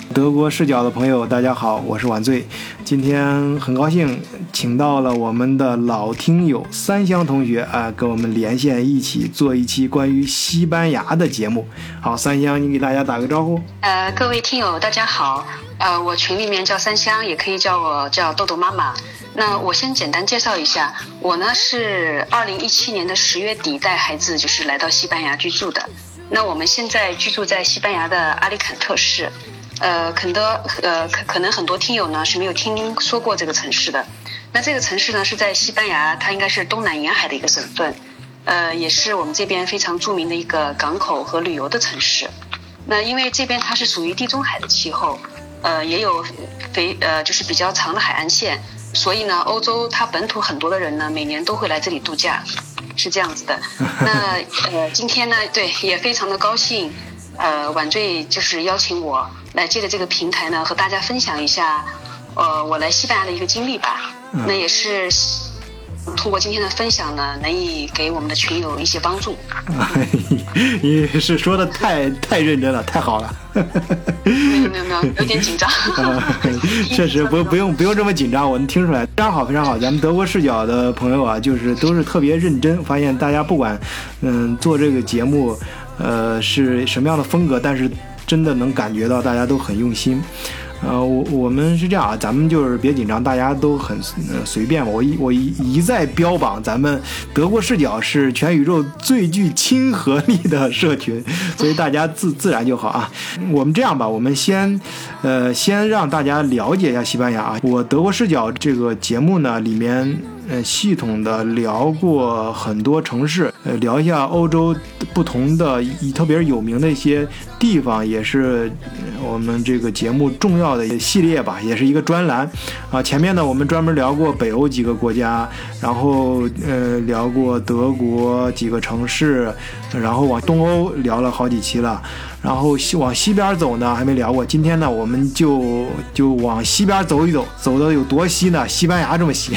德国视角的朋友，大家好，我是晚醉。今天很高兴请到了我们的老听友三香同学跟我们连线，一起做一期关于西班牙的节目。好，三香，你给大家打个招呼。 各位听友，大家好。我群里面叫三香，也可以叫我豆豆妈妈。那我先简单介绍一下，我呢是2017年的10月底带孩子就是来到西班牙居住的。那我们现在居住在西班牙的阿里坎特市。可能很多听友呢是没有听说过这个城市的。那这个城市呢是在西班牙，它应该是东南沿海的一个省份，也是我们这边非常著名的一个港口和旅游的城市。那因为这边它是属于地中海的气候，也有就是比较长的海岸线，所以呢欧洲它本土很多的人呢每年都会来这里度假，是这样子的。那今天呢对也非常的高兴，晚醉就是邀请我来借着这个平台呢和大家分享一下我来西班牙的一个经历吧。那也是通过今天的分享呢能以给我们的群友一些帮助。 你是说的太认真了，太好了。 没有，有点紧张。 确实不用这么紧张，我能听出来，非常好非常好。咱们德国视角的朋友啊，就是都是特别认真，发现大家不管做这个节目是什么样的风格，但是真的能感觉到大家都很用心。我们是这样啊，咱们就是别紧张，大家都很随便吧。我一再标榜咱们德国视角是全宇宙最具亲和力的社群，所以大家自然就好啊。我们这样吧，我们先让大家了解一下西班牙啊。我德国视角这个节目呢，里面系统的聊过很多城市，聊一下欧洲不同的特别有名的一些地方，也是我们这个节目重要的系列吧，也是一个专栏啊。前面呢我们专门聊过北欧几个国家，然后聊过德国几个城市，然后往东欧聊了好几期了，然后往西边走呢还没聊过。今天呢我们就往西边走一走，走的有多西呢？西班牙这么西。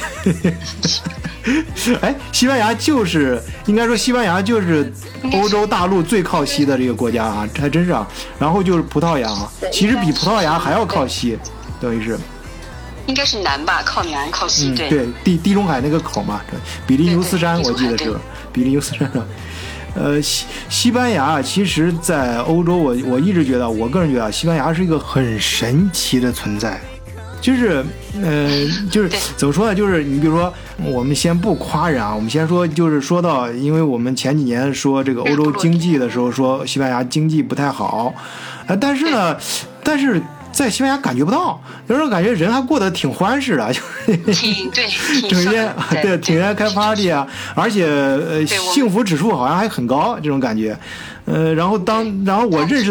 西班牙就是应该说西班牙就是欧洲大陆最靠西的这个国家啊，还真是啊。然后就是葡萄牙啊，其实比葡萄牙还要靠西，等于是应该是南吧，靠南靠西。 对，地中海那个口嘛，比利牛斯山我记得是比利牛斯山上。西班牙其实在欧洲我一直觉得，我个人觉得西班牙是一个很神奇的存在。就是怎么说呢？就是你比如说，我们先不夸人啊，我们先说，就是说到，因为我们前几年说这个欧洲经济的时候，说西班牙经济不太好，但是在西班牙感觉不到，有时候感觉人还过得挺欢实的，就是整天整天开 party 啊，而且幸福指数好像还很高，这种感觉。然后我认识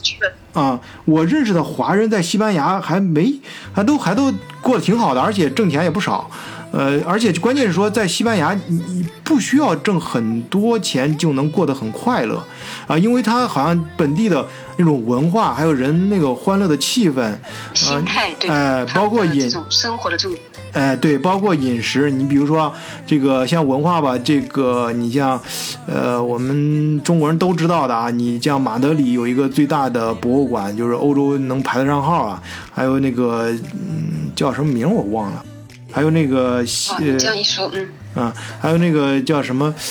的华人在西班牙还都过得挺好的，而且挣钱也不少。而且关键是说，在西班牙你不需要挣很多钱就能过得很快乐啊，因为它好像本地的那种文化，还有人那个欢乐的气氛、 心态， 包括这种生活的这种。 对，包括饮食，你比如说这个像文化吧，这个你像我们中国人都知道的啊，你像马德里有一个最大的博物馆，就是欧洲能排得上号啊，还有那个叫什么名我忘了，还有那个这样一说还有那个叫什么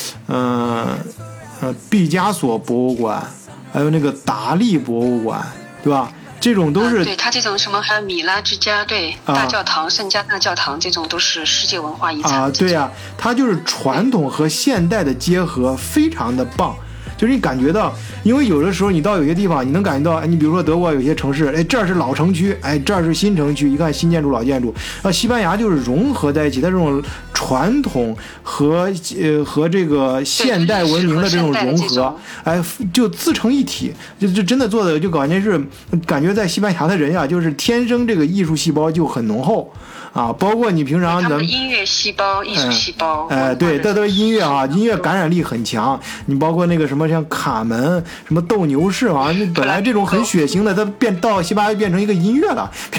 毕加索博物馆，还有那个达利博物馆，对吧？这种都是对它这种什么还有米拉之家，对大教堂、圣家大教堂，这种都是世界文化遗产啊。 对啊，它就是传统和现代的结合，非常的棒。就是你感觉到，因为有的时候你到有些地方，你能感觉到，你比如说德国有些城市，这儿是老城区，这儿是新城区，一看新建筑老建筑。西班牙就是融合在一起，它这种传统和这个现代文明的这种融合，就自成一体，就真的做的就感觉在西班牙的人呀，就是天生这个艺术细胞就很浓厚。啊，包括你平常他们音乐细胞、艺术细胞， 对，这都是音乐啊，音乐感染力很强。你包括那个什么像卡门、什么斗牛士啊，本来这种很血腥的，它到西班牙变成一个音乐了，变成一个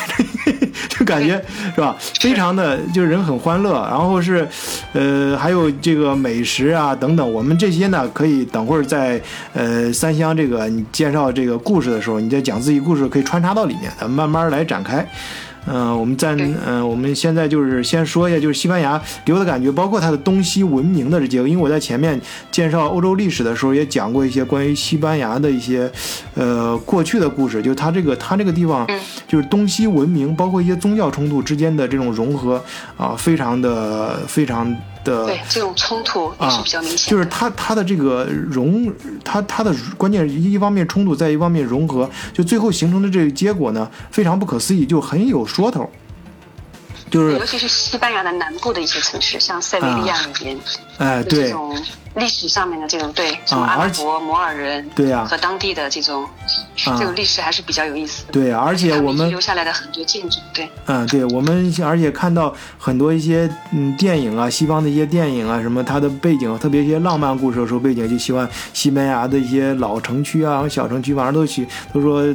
就感觉是吧，非常的就是人很欢乐，然后是还有这个美食啊等等，我们这些呢可以等会儿在三湘这个你介绍这个故事的时候，你在讲自己故事可以穿插到里面，咱们慢慢来展开。我们现在就是先说一下，就是西班牙给我的感觉，包括它的东西文明的这结构。因为我在前面介绍欧洲历史的时候，也讲过一些关于西班牙的一些过去的故事，就它这个地方，就是东西文明，包括一些宗教冲突之间的这种融合啊，非常的。 对，这种冲突也是比较明显的。 就是它的这个它的关键一方面冲突，在一方面融合，就最后形成的这个结果呢，非常不可思议，就很有说头。就是尤其是西班牙的南部的一些城市，像塞维利亚里边， 对这种历史上面的这种什么阿拉伯、摩尔人， 对啊， 和当地的这种历史还是比较有意思的。 对啊，而且我们留下来的很多建筑，对， 对，我们而且看到很多一些电影啊，西方的一些电影啊，什么它的背景，特别一些浪漫故事的时候，背景就喜欢西班牙的一些老城区啊、小城区，反正都说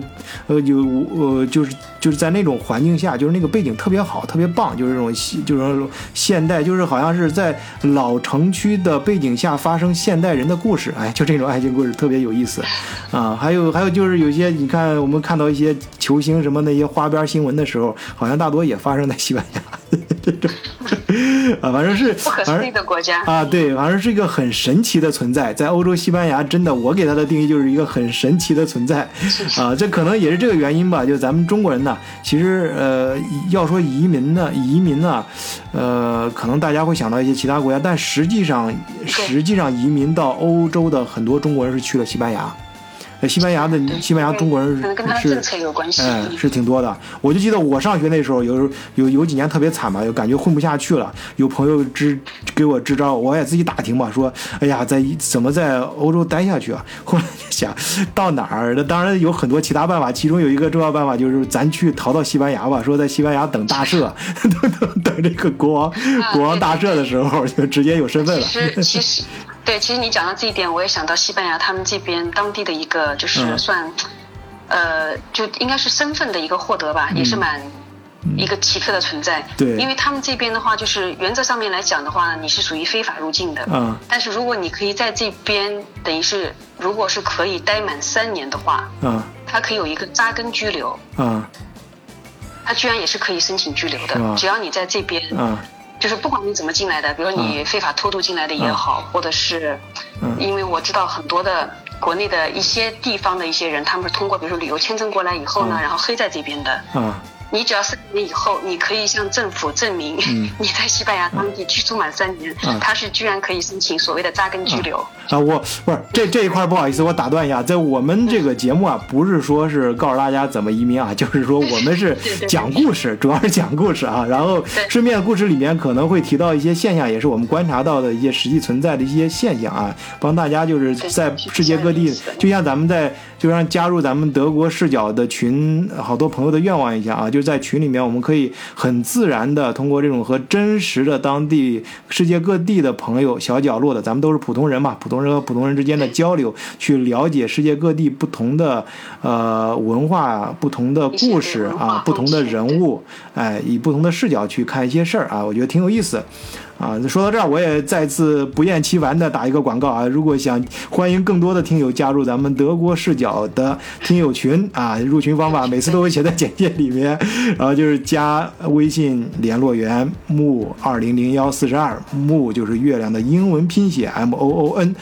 就是在那种环境下，就是那个背景特别好，特别棒，就是这种就是现代，就是好像是在老城区的背景下发生现代人的故事，哎，就这种爱情故事特别有意思啊。还有就是有些你看我们看到一些球星什么那些花边新闻的时候，好像大多也发生在西班牙。这种反正是不可思议的国家啊，对，反正是一个很神奇的存在，在欧洲西班牙，真的，我给它的定义就是一个很神奇的存在啊，这可能也是这个原因吧。就咱们中国人呢，其实要说移民呢，可能大家会想到一些其他国家，但实际上移民到欧洲的很多中国人是去了西班牙。西班牙中国人可能跟他的政策有关系， 是挺多的。我就记得我上学那时候有几年特别惨吧，就感觉混不下去了。有朋友给我支招，我也自己打听吧，说哎呀，怎么在欧洲待下去啊？后来想到哪儿？当然有很多其他办法，其中有一个重要办法就是咱去逃到西班牙吧。说在西班牙等大赦，等这个国王大赦的时候，就直接有身份了。 其实你讲到这一点，我也想到西班牙他们这边当地的一个就是算，就应该是身份的一个获得吧，也是蛮一个奇特的存在。 对， 因为他们这边的话，就是原则上面来讲的话，你是属于非法入境的。但是如果你可以在这边，等于是如果是可以待满3年的话，它可以有一个扎根居留。它居然也是可以申请居留的，只要你在这边。就是不管你怎么进来的，比如说你非法偷渡进来的也好，或者是，因为我知道很多的国内的一些地方的一些人，他们是通过比如说旅游签证过来以后呢，然后黑在这边的。你只要3年以后，你可以向政府证明你在西班牙当地居住满3年，他是居然可以申请所谓的扎根居留。 我不是这一块不好意思，我打断一下，在我们这个节目啊，不是说是告诉大家怎么移民啊，就是说我们是讲故事，主要是讲故事啊，然后顺便故事里面可能会提到一些现象，也是我们观察到的一些实际存在的一些现象啊，帮大家就是在世界各地，就像咱们就让加入咱们德国视角的群，好多朋友的愿望一下啊，就是在群里面我们可以很自然的通过这种和真实的当地世界各地的朋友小角落的，咱们都是普通人嘛，普通人和普通人之间的交流，去了解世界各地不同的文化、不同的故事啊、不同的人物，以不同的视角去看一些事儿啊，我觉得挺有意思。说到这儿，我也再次不厌其烦的打一个广告啊！如果想欢迎更多的听友加入咱们德国视角的听友群啊，入群方法每次都会写在简介里面，然后就是加微信联络员木200142，木就是月亮的英文拼写 MOON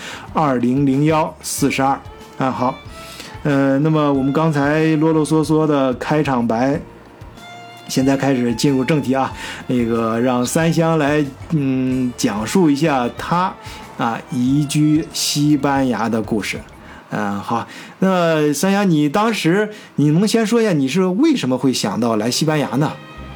200142好，那么我们刚才啰啰嗦嗦的开场白。现在开始进入正题啊，那个让三湘来讲述一下他移居西班牙的故事。好，那三湘，你当时你能先说一下你是为什么会想到来西班牙呢？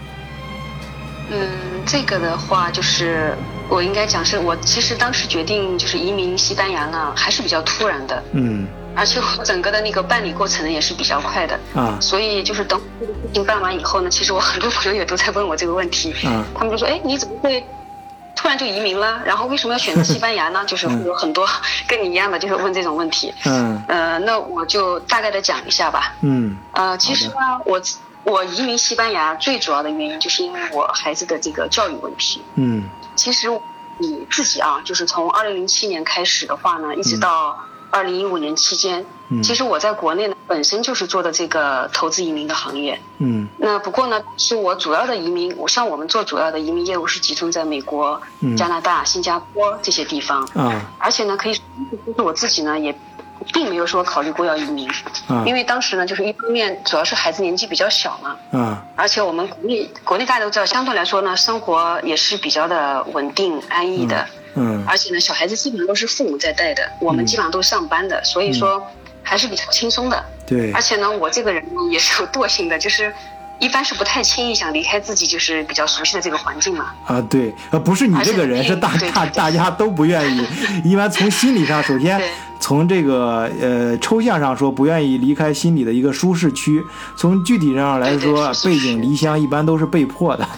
这个的话就是我应该讲是我其实当时决定就是移民西班牙呢还是比较突然的。而且我整个的那个办理过程呢也是比较快的所以就是等这个事情办完以后呢，其实我很多朋友也都在问我这个问题他们就说你怎么会突突然就移民了，然后为什么要选择西班牙呢？就是会有很多跟你一样的，就是问这种问题。那我就大概的讲一下吧。其实呢，我移民西班牙最主要的原因就是因为我孩子的这个教育问题。其实你自己啊，就是从2007年开始的话呢，一直到2015年期间，其实我在国内呢本身就是做的这个投资移民的行业。那不过呢，是我主要的移民，像我们做主要的移民业务是集中在美国、加拿大、新加坡这些地方。而且呢，可以说就是我自己呢也并没有说考虑过要移民。因为当时呢，就是一方面主要是孩子年纪比较小嘛。而且我们国内大家都知道，相对来说呢，生活也是比较的稳定安逸的。而且呢，小孩子基本上都是父母在带的，我们基本上都是上班的，所以说还是比较轻松的。 对。 而且呢，我这个人呢也是有惰性的，就是一般是不太轻易想离开自己就是比较熟悉的这个环境嘛。 对，不是你这个人，是大家都不愿意。一般从心理上，首先从这个抽象上说，不愿意离开心里的一个舒适区；从具体上来说，背井离乡一般都是被迫的。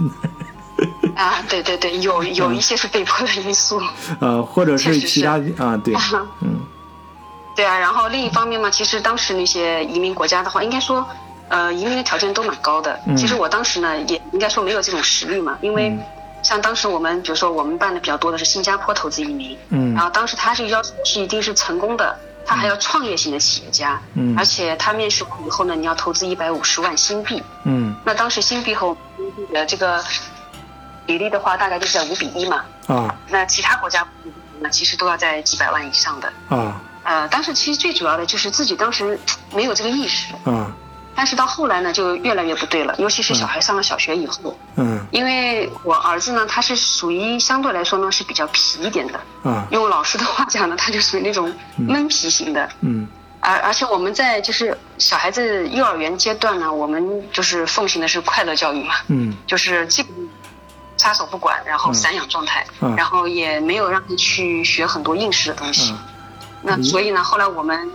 对，有一些是被迫的因素。 或者是其他对。 对啊，然后另一方面嘛，其实当时那些移民国家的话，应该说移民的条件都蛮高的。其实我当时呢也应该说没有这种实力嘛，因为像当时比如说我们办的比较多的是新加坡投资移民。然后当时他是要求是一定是成功的，他还要创业型的企业家。而且他面试完以后呢，你要投资150万新币。那当时新币和我们的这个比例的话，大概就是在5:1嘛。那其他国家呢，其实都要在几百万以上的。当时其实最主要的就是自己当时没有这个意识。但是到后来呢，就越来越不对了，尤其是小孩上了小学以后。因为我儿子呢，他是属于相对来说呢是比较皮一点的。用老师的话讲呢，他就属于那种闷皮型的。而且我们在就是小孩子幼儿园阶段呢，我们就是奉行的是快乐教育嘛。就是基本撒手不管，然后散养状态。然后也没有让他去学很多应试的东西。那所以呢，后来我们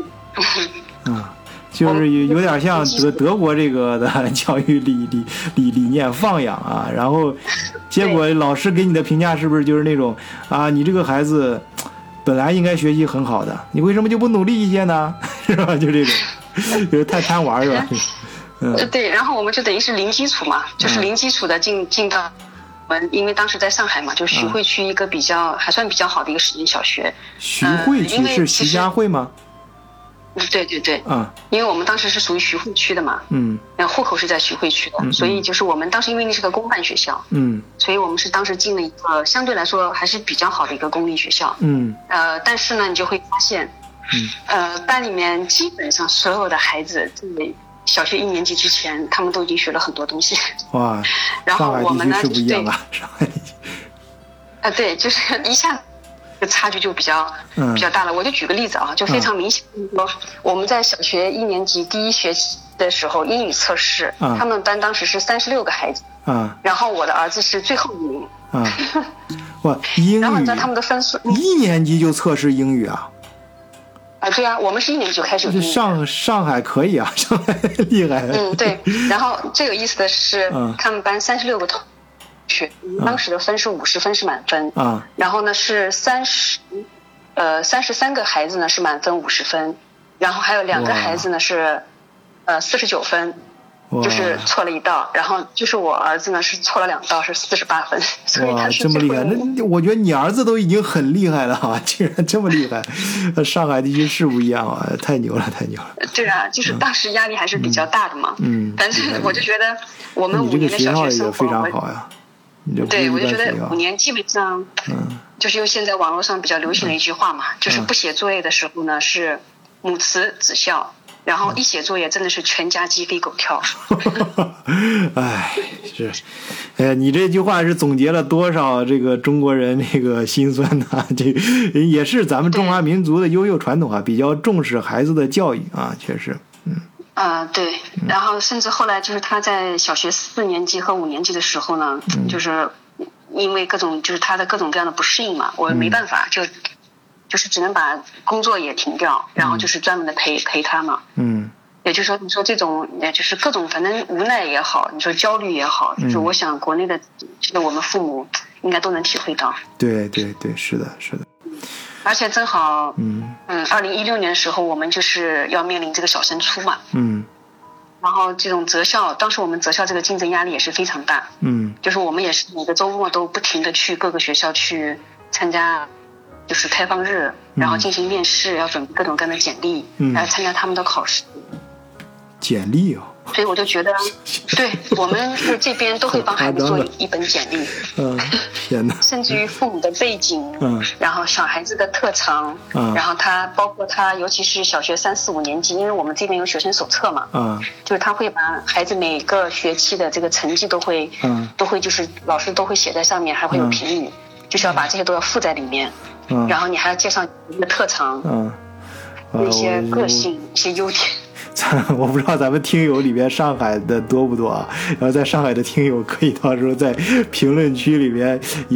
就是有点像德国这个的教育理念放养啊，然后结果老师给你的评价是不是就是那种你这个孩子本来应该学习很好的，你为什么就不努力一些呢？是吧？就这种，就是太贪玩是吧？ 对，然后我们就等于是零基础嘛，就是零基础的进到。因为当时在上海嘛，就徐汇区一个还算比较好的一个实验小学。 徐汇区是徐家汇吗？ 对。因为我们当时是属于徐汇区的嘛。户口是在徐汇区的。所以就是我们当时因为那是个公办学校。所以我们是当时进了一个相对来说还是比较好的一个公立学校。但是呢，你就会发现，班里面基本上所有的孩子在小学1年级之前，他们都已经学了很多东西。 哇！ 然后我们呢， 是不一样吧？上海地区。 对，就是一下子差距就比较大了。我就举个例子啊，就非常明显说，我们在小学1年级第一学期的时候，英语测试，他们班当时是36个孩子。然后我的儿子是最后1名。 哇，英语。 然后你知道他们的分数 ？1年级就测试英语啊？ 对啊，我们是1年级就开始有英语。 上海可以啊，上海厉害。 对。然后最有意思的是，他们班36个同学，当时的分是50分是满分。然后呢是33个孩子呢是满分50分，然后还有2个孩子呢是49分。就是错了1道，然后就是我儿子呢是错了2道，是48分，所以他是这么厉害。那我觉得你儿子都已经很厉害了啊，竟然这么厉害。上海地区是不一样啊，太牛了。 对啊，就是当时压力还是比较大的嘛。反正我就觉得我们5年的小学生活非常好呀。 对，我就觉得5年基本上，就是用现在网络上比较流行的一句话嘛，就是不写作业的时候呢是母慈子孝。然后一写作业真的是全家鸡飞狗跳。 你这句话是总结了多少这个中国人这个心酸呐？这也是咱们中华民族的优秀传统啊，比较重视孩子的教育啊，确实。 对。然后甚至后来就是他在小学4年级和5年级的时候呢，就是因为就是他的各种各样的不适应嘛，我没办法就是只能把工作也停掉，然后就是专门的陪他嘛。也就是说，你说这种，也就是各种，反正无奈也好，你说焦虑也好，就是我想国内的，就是我们父母应该都能体会到。 对对对，是的，是的。 而且正好，2016年的时候，我们就是要面临这个小升初嘛。然后这种择校，当时我们择校这个竞争压力也是非常大。就是我们也是每个周末都不停的去各个学校去参加，就是开放日，然后进行面试，要准备各种各样的简历，来参加他们的考试。 简历哦。 所以我就觉得，对我们这边都会帮孩子做一本简历。 天哪！ 甚至于父母的背景，然后小孩子的特长，然后他包括他，尤其是小学3、4、5年级，因为我们这边有学生手册嘛，就是他会把孩子每个学期的这个成绩都会就是老师都会写在上面，还会有评语，就是要把这些都要附在里面，然后你还要介绍你的特长，一些个性，一些优点。 我不知道咱们听友里边上海的多不多啊？然后在上海的听友可以到时候在评论区里面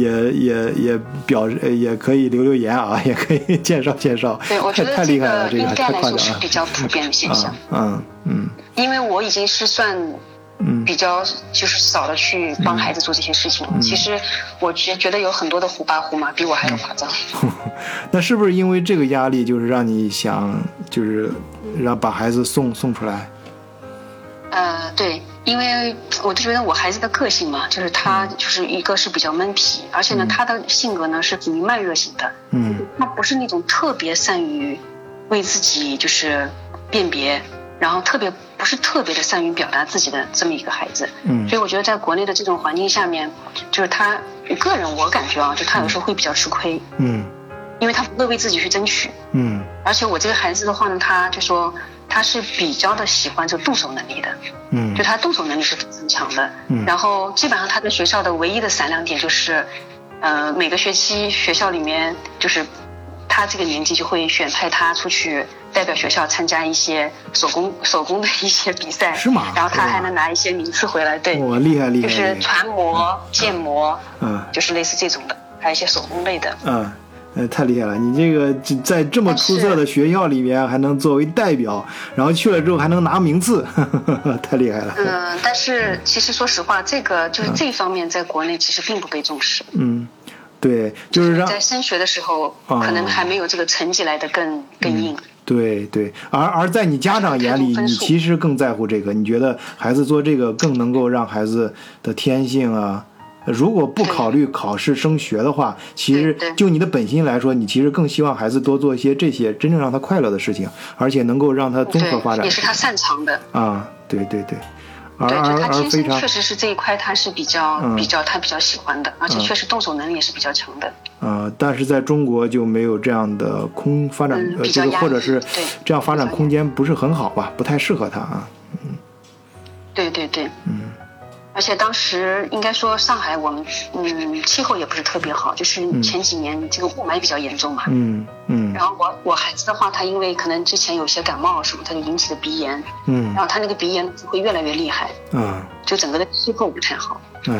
也可以留言啊，也可以介绍。 对，我觉得太厉害了，这个应该来说太夸张了， 是比较普遍的现象。因为我已经是算比较就是少的去帮孩子做这些事情。其实我觉得有很多的虎爸虎妈比我还要夸张。 那是不是因为这个压力，就是让你想就是让把孩子送出来？ 对，因为我就觉得我孩子的个性嘛，就是他就是一个是比较闷皮，而且呢，他的性格呢是属于慢热型的。他不是那种特别善于为自己就是辨别，然后不是特别的善于表达自己的这么一个孩子。所以我觉得在国内的这种环境下面，就是他个人我感觉啊，就他有时候会比较吃亏。因为他不会为自己去争取。而且我这个孩子的话呢，他就说他是比较的喜欢这个动手能力的。就他动手能力是很强的。然后基本上他在学校的唯一的闪亮点就是，每个学期学校里面就是他这个年纪就会选派他出去代表学校参加一些手工的一些比赛。是吗？然后他还能拿一些名次回来。对， 哇，厉害！ 就是传模、建模，就是类似这种的，还有一些手工类的。 太厉害了！你这个在这么出色的学校里面还能作为代表，然后去了之后还能拿名次，太厉害了。 但是其实说实话，这个就是这方面在国内其实并不被重视。 对，就是在升学的时候，可能还没有这个成绩来的更硬。 对，而在你家长眼里，你其实更在乎这个，你觉得孩子做这个更能够让孩子的天性啊。如果不考虑考试升学的话，其实就你的本心来说，你其实更希望孩子多做一些这些真正让他快乐的事情，而且能够让他综合发展， 也是他擅长的。 对， 对，他天生确实是这一块他是比较喜欢的，而且确实动手能力也是比较强的。 但是在中国就没有这样的发展，这个或者是这样发展空间不是很好吧，不太适合他啊。 对。而且当时应该说上海我们气候也不是特别好，就是前几年这个雾霾比较严重嘛。然后我孩子的话，他因为可能之前有些感冒什么，他就引起了鼻炎。然后他那个鼻炎会越来越厉害。就整个的气候不太好。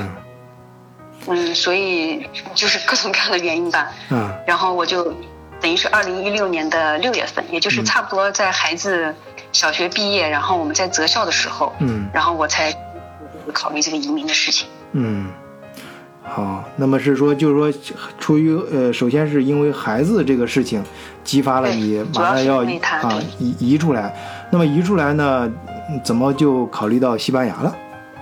所以就是各种各样的原因吧。然后我就等于是2016年的6月份，也就是差不多在孩子小学毕业，然后我们在择校的时候，然后我才考虑这个移民的事情。 好，那么是说，就是说，出于首先是因为孩子这个事情激发了你马上要移出来。那么移出来呢，怎么就考虑到西班牙了？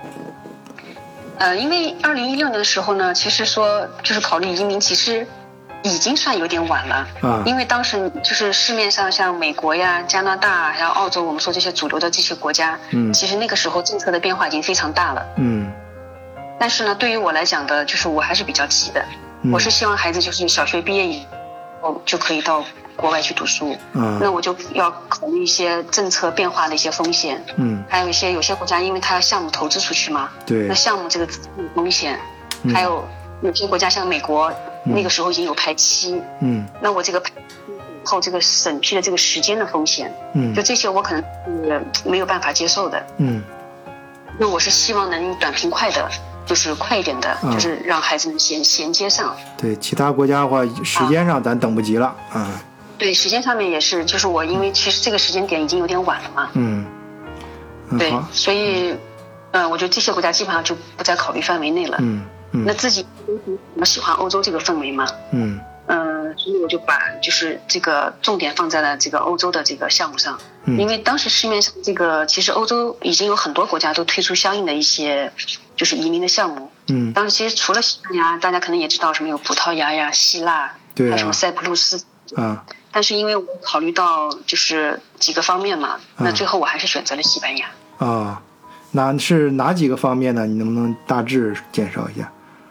因为2016年的时候呢，其实说就是考虑移民，其实已经算有点晚了。因为当时就是市面上像美国呀、加拿大还有澳洲，我们说这些主流的这些国家，其实那个时候政策的变化已经非常大了。但是呢，对于我来讲的，就是我还是比较急的。我是希望孩子就是小学毕业以后就可以到国外去读书。那我就要考虑一些政策变化的一些风险。还有有些国家，因为它项目投资出去嘛，那项目这个风险，还有些国家像美国，那个时候已经有排期。那我这个后这个审批的这个时间的风险，就这些我可能没有办法接受的。那我是希望能短平快的。就是快一点的，就是让孩子们衔接上。 对，其他国家的话，时间上咱等不及了。 对，时间上面也是，就是我因为其实这个时间点已经有点晚了嘛。对，所以我觉得这些国家基本上就不在考虑范围内了。 那自己我喜欢欧洲这个氛围嘛，所以我就把就是这个重点放在了这个欧洲的这个项目上，因为当时市面上这个其实欧洲已经有很多国家都推出相应的一些就是移民的项目，当时其实除了西班牙，大家可能也知道什么有葡萄牙呀、希腊，还有什么塞浦路斯但是因为我考虑到就是几个方面嘛，那最后我还是选择了西班牙。 那是哪几个方面呢？你能不能大致介绍一下？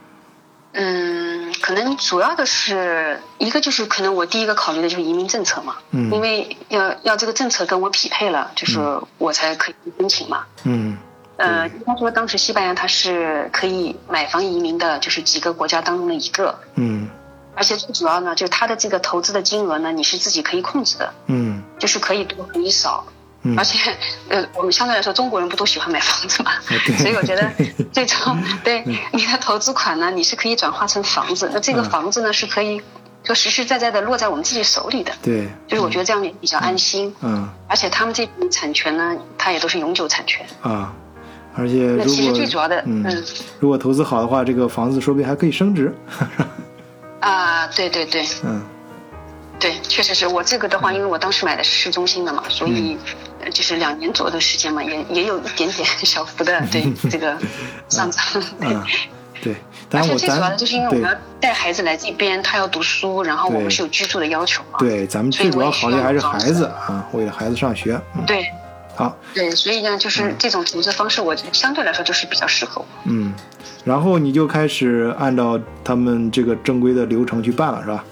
可能主要的是一个就是可能我第一个考虑的就是移民政策嘛，因为要这个政策跟我匹配了，就是我才可以申请嘛。应该说当时西班牙它是可以买房移民的，就是几个国家当中的一个。而且最主要呢，就是它的这个投资的金额呢，你是自己可以控制的。就是可以多可以少。而且我们相对来说中国人不都喜欢买房子嘛，所以我觉得这种对你的投资款呢，你是可以转化成房子，那这个房子呢是可以就实实在在的落在我们自己手里的。 对， 就是我觉得这样也比较安心。而且他们这种产权呢，它也都是永久产权而且如果其实最主要的如果投资好的话，这个房子说不定还可以升值。 对对对，对，确实是我这个的话，因为我当时买的是市中心的嘛，所以就是2年左右的时间嘛，也有一点点小幅的对这个上涨。 对， 而且最主要的就是因为我们要带孩子来这边，他要读书，然后我们是有居住的要求嘛。 对，咱们最主要考虑还是孩子为了孩子上学。 对， 好。 对，所以呢，就是这种投资方式，我相对来说就是比较适合我。 然后你就开始按照他们这个正规的流程去办了，是吧？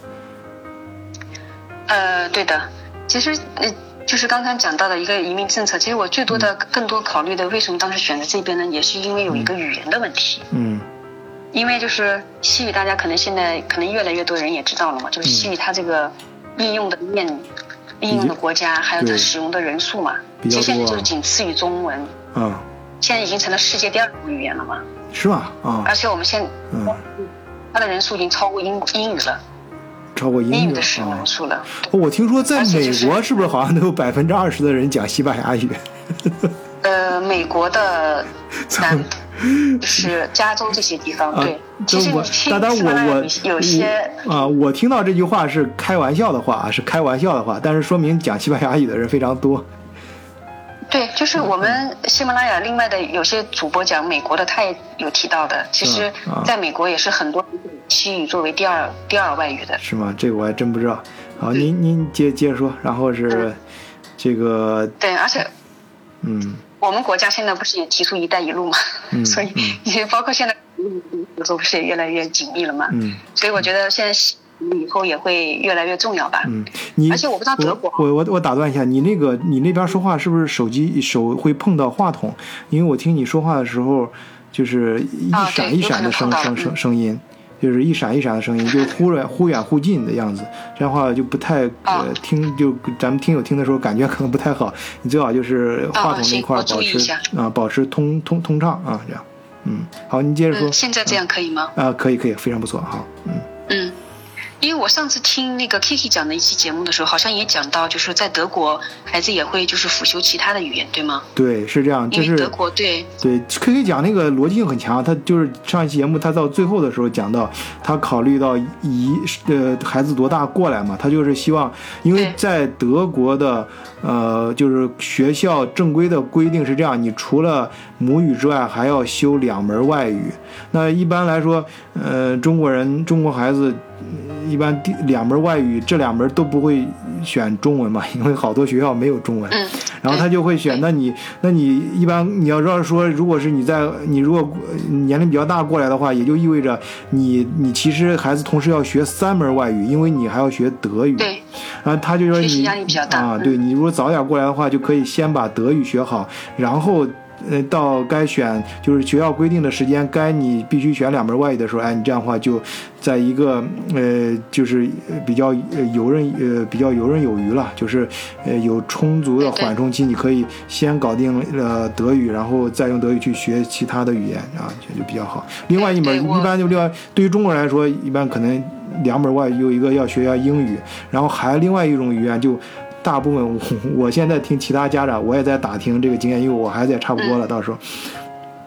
对的，其实就是刚才讲到的一个移民政策，其实我更多考虑的，为什么当时选择这边呢？也是因为有一个语言的问题。因为就是西语，大家现在可能越来越多人也知道了嘛，就是西语它这个应用的应用的国家，还有它使用的人数嘛，其实现在就是仅次于中文。现在已经成了世界第2种语言了嘛。 是吧？ 而且我们现在它的人数已经超过英语了。 超过英语的使用人数了。 我听说在美国是不是好像都有20%的人讲西班牙语？ 美国的就是加州这些地方，对。其实当然我有些我听到这句话是开玩笑的话，但是说明讲西班牙语的人非常多。 对，就是我们喜马拉雅另外的有些主播讲美国的，他也有提到的。其实，在美国也是很多西语作为第二外语的。 是吗？这个我还真不知道。好，您接着说，然后是这个。 对，而且，我们国家现在不是也提出"一带一路"嘛，所以也包括现在合作不是也越来越紧密了嘛。所以我觉得现在以后也会越来越重要吧。而且我不知道德国， 我打断一下，你那边说话是不是手会碰到话筒？因为我听你说话的时候，就是一闪一闪的声音，就是一闪一闪的声音，就忽远忽近的样子，这样的话就不太听，就咱们听友听的时候感觉可能不太好。你最好就是话筒那块保持通畅这样。好，你接着说。 现在这样可以吗？ 可以，非常不错。好， 因为我上次听那个 Kiki 讲的一期节目的时候，好像也讲到，就是在德国孩子也会就是辅修其他的语言，对吗？ 对，是这样。就是因为德国对 Kiki 讲那个逻辑性很强，他就是上一期节目他到最后的时候讲到，他考虑到孩子多大过来嘛，他就是希望，因为在德国的就是学校正规的规定是这样，你除了母语之外还要修2门外语。那一般来说，中国孩子一般2门外语，这2门都不会选中文嘛，因为好多学校没有中文。然后他就会选，那你一般你要说，如果是你如果年龄比较大过来的话，也就意味着你其实孩子同时要学3门外语，因为你还要学德语。 对。 然后他就说你学习压力比较大对，你如果早点过来的话，就可以先把德语学好，然后到该选就是学校规定的时间，该你必须选2门外语的时候，你这样的话就在一个就是比较游刃有余了，就是有充足的缓冲期，你可以先搞定德语，然后再用德语去学其他的语言这就比较好。另外一门一般就对于中国人来说，一般可能2门外语有一个要学英语，然后还另外一种语言就。大部分我现在听其他家长，我也在打听这个经验，因为我孩子也差不多了，到时候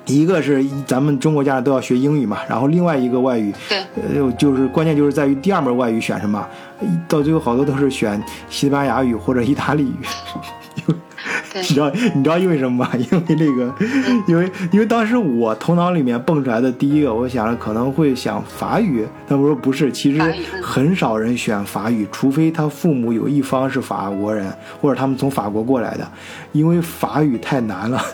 一个是咱们中国家长都要学英语嘛，然后另外一个外语， 对， 就是关键就是在于第二门外语选什么，到最后好多都是选西班牙语或者意大利语。你知道因为什么吗？因为这个，因为当时我头脑里面蹦出来的第一个，我想着可能会想法语，他们说不是，其实很少人选法语，除非他父母有一方是法国人，或者他们从法国过来的，因为法语太难了。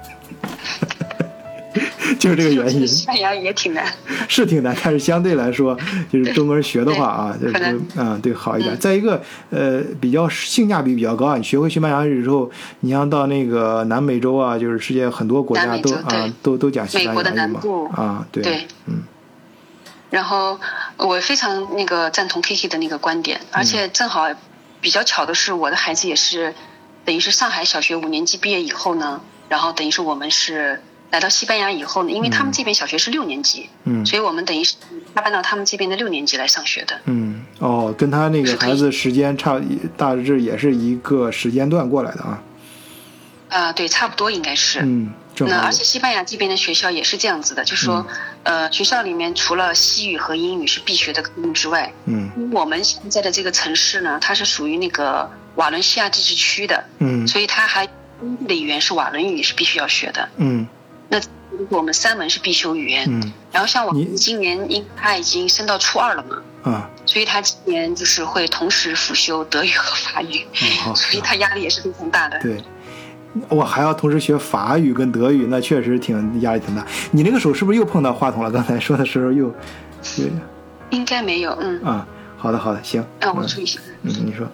就是这个原因。 西班牙也挺难， 是挺难，但是相对来说，就是中国人学的话啊，对好一点。再一个，比较性价比比较高啊。你学会西班牙语之后，你像到那个南美洲啊，就是世界很多国家都讲西班牙语嘛。 美国的南部啊，对， 然后我非常赞同 Kiki 的那个观点，而且正好比较巧的是，我的孩子也是，等于是上海小学5年级毕业以后呢，然后等于是我们是。来到西班牙以后呢，因为他们这边小学是6年级，所以我们等于是他搬到他们这边的6年级来上学的。 跟他那个孩子时间大致也是一个时间段过来的啊。 对，差不多应该是。那而且西班牙这边的学校也是这样子的，就是说，学校里面除了西语和英语是必学的科目之外，我们现在的这个城市呢，它是属于那个瓦伦西亚自治区的，所以它还当地的语言是瓦伦语是必须要学的。那我们3门是必修语言，然后像我们今年，因为他已经升到初2了嘛，所以他今年就是会同时辅修德语和法语，所以他压力也是非常大的。 对，我还要同时学法语跟德语，那确实压力挺大。你那个手是不是又碰到话筒了？刚才说的时候又应该没有， 好的，行。 我注意一下。 你说，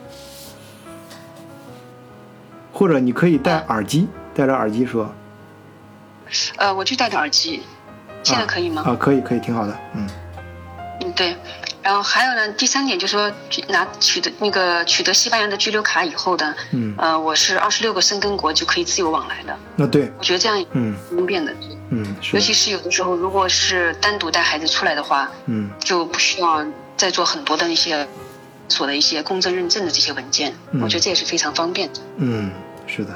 或者你可以戴着耳机说。 我就戴着耳机，现在可以吗？ 可以，挺好的。 对。然后还有呢，第3点就是说，取得西班牙的居留卡以后的，我是26个申根国就可以自由往来的。 那对， 我觉得这样也方便的。尤其是有的时候，如果是单独带孩子出来的话，就不需要再做很多的那些所的一些公证认证的这些文件，我觉得这也是非常方便的。 是的。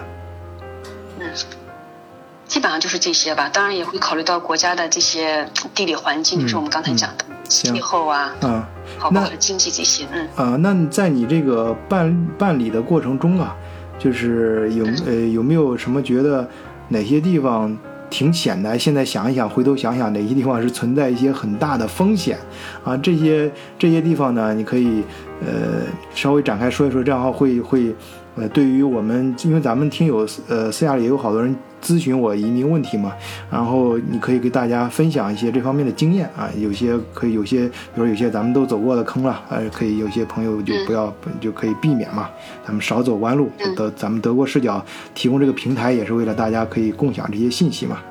基本上就是这些吧，当然也会考虑到国家的这些地理环境，就是我们刚才讲的气候啊，包括经济这些。 那在你这个办理的过程中啊，就是有没有什么觉得哪些地方挺险的？现在想一想，回头想想哪些地方是存在一些很大的风险啊？这些地方呢，你可以稍微展开说一说，这样会对于我们，因为咱们听友私下里也有好多人咨询我移民问题嘛，然后你可以给大家分享一些这方面的经验啊，比如有些咱们都走过的坑了，可以有些朋友就不要就可以避免嘛，咱们少走弯路。咱们德国视角提供这个平台也是为了大家可以共享这些信息嘛。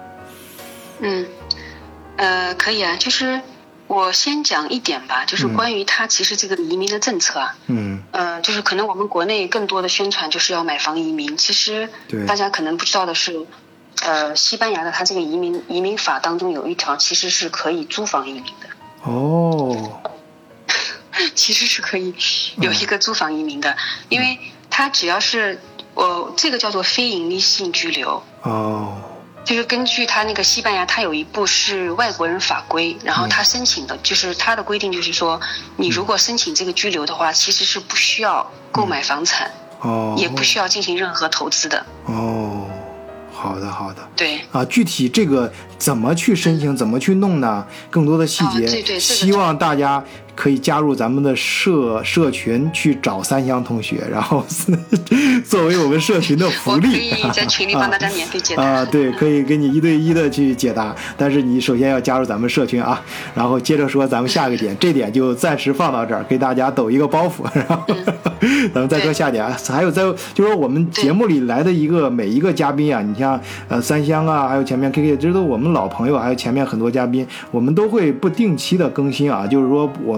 可以啊，就是我先讲一点吧，就是关于它其实这个移民的政策啊，就是可能我们国内更多的宣传就是要买房移民，其实大家可能不知道的是，西班牙的它这个移民法当中有一条其实是可以租房移民的。其实是可以有一个租房移民的，因为它只要是这个叫做非盈利性居留。就是根据他那个西班牙，他有一部是外国人法规，然后他申请的就是他的规定就是说，你如果申请这个居留的话，其实是不需要购买房产，也不需要进行任何投资的。 好的。 对具体这个怎么去申请，怎么去弄呢？更多的细节，希望大家可以加入咱们的社群去找三香同学，然后作为我们社群的福利， 我可以在群里帮大家免费解答。 对，可以给你1对1的去解答，但是你首先要加入咱们社群啊。然后接着说咱们下个点，这点就暂时放到这儿，给大家抖一个包袱，然后咱们再说下点。还有就是说我们节目里来的每一个嘉宾啊，你像三香啊，还有前面 KK， 这都我们老朋友，还有前面很多嘉宾，我们都会不定期的更新啊，就是说我们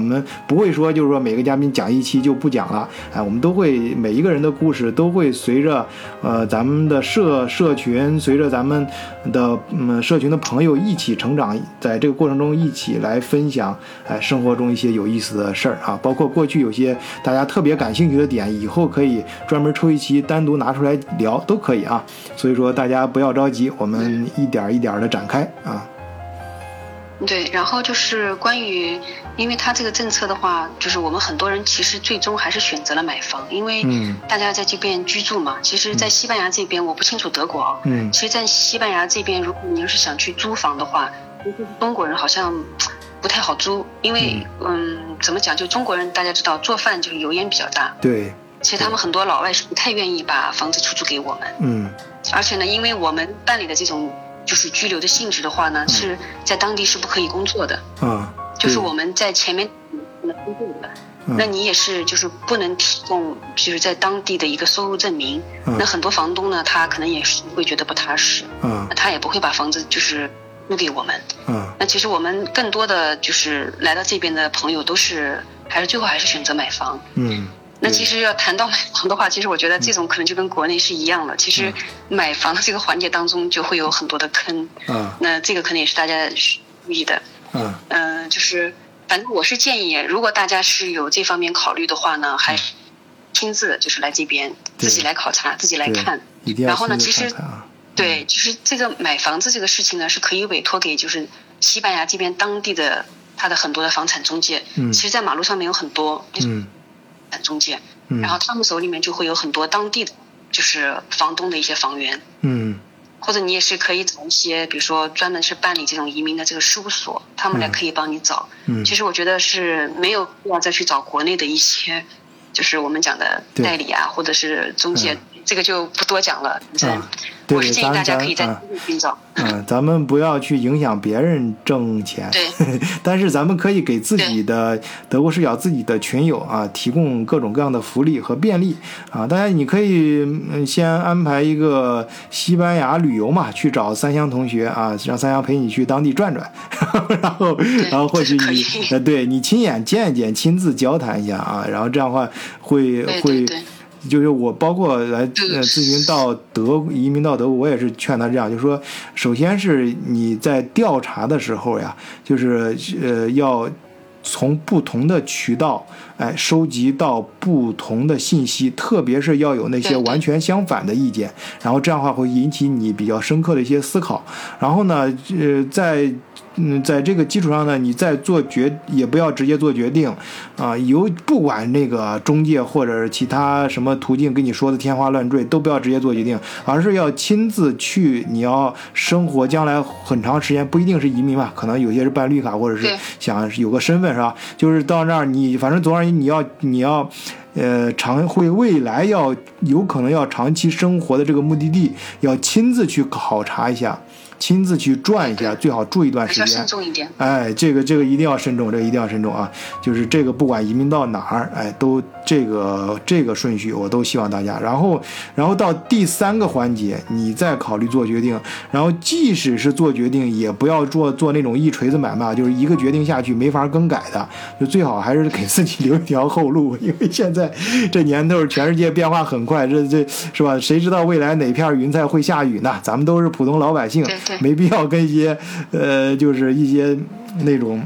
们不会说就是说每个嘉宾讲一期就不讲了，哎，我们都会每一个人的故事都会随着咱们的社群，随着咱们的社群的朋友一起成长，在这个过程中一起来分享生活中一些有意思的事儿啊，包括过去有些大家特别感兴趣的点，以后可以专门抽一期单独拿出来聊都可以啊。所以说大家不要着急，我们一点一点的展开啊。 对，然后就是关于，因为他这个政策的话，就是我们很多人其实最终还是选择了买房，因为大家在这边居住嘛。其实，在西班牙这边，我不清楚德国啊。其实，在西班牙这边，如果你要是想去租房的话，中国人好像不太好租，因为怎么讲，就中国人大家知道做饭就是油烟比较大。 对。 其实他们很多老外是不太愿意把房子出租给我们。而且呢，因为我们办理的这种就是居留的性质的话呢，是在当地是不可以工作的。就是我们在前面不能工作的，那你也是就是不能提供就是在当地的一个收入证明。那很多房东呢，他可能也是会觉得不踏实，他也不会把房子就是租给我们。那其实我们更多的就是来到这边的朋友都是最后还是选择买房。那其实要谈到买房的话，其实我觉得这种可能就跟国内是一样了。其实买房的这个环节当中就会有很多的坑。那这个可能也是大家需注意的。就是反正我是建议，如果大家是有这方面考虑的话呢，还是亲自就是来这边自己来考察，自己来看。然后呢，其实对，就是这个买房子这个事情呢，是可以委托给就是西班牙这边当地的他的很多的房产中介。其实，在马路上面有很多中介，然后他们手里面就会有很多当地的就是房东的一些房源。或者你也是可以找一些比如说专门是办理这种移民的这个事务所，他们来可以帮你找。其实我觉得是没有必要再去找国内的一些就是我们讲的代理啊或者是中介，这个就不多讲了。我是建议大家可以在寻找。 咱们不要去影响别人挣钱， 对但是咱们可以给自己的德国视角自己的群友啊提供各种各样的福利和便利啊。大家你可以先安排一个西班牙旅游嘛，去找三香同学啊，让三香陪你去当地转转，然后或许你对你亲眼见一见，亲自交谈一下啊，然后这样的话会就是我包括来咨询到移民到德国，我也是劝他这样，就是说，首先是你在调查的时候呀，就是要从不同的渠道收集到不同的信息，特别是要有那些完全相反的意见，然后这样的话会引起你比较深刻的一些思考。然后呢，在这个基础上呢，你再也不要直接做决定啊，不管那个中介或者其他什么途径跟你说的天花乱坠，都不要直接做决定，而是要亲自去，你要生活将来很长时间，不一定是移民嘛，可能有些是办绿卡或者是想有个身份是吧？就是到那儿你反正总而言之你要未来有可能要长期生活的这个目的地，要亲自去考察一下，亲自去转一下，最好住一段时间。 慎重一点。 这个一定要慎重，一定要慎重啊！就是这个不管移民到哪儿，都这个顺序我都希望大家。然后到第3个环节，你再考虑做决定。然后即使是做决定，也不要做那种一锤子买卖，就是一个决定下去没法更改的，就最好还是给自己留一条后路，因为现在这年头全世界变化很快，这是吧？谁知道未来哪片云彩会下雨呢？咱们都是普通老百姓。没必要跟一些就是一些那种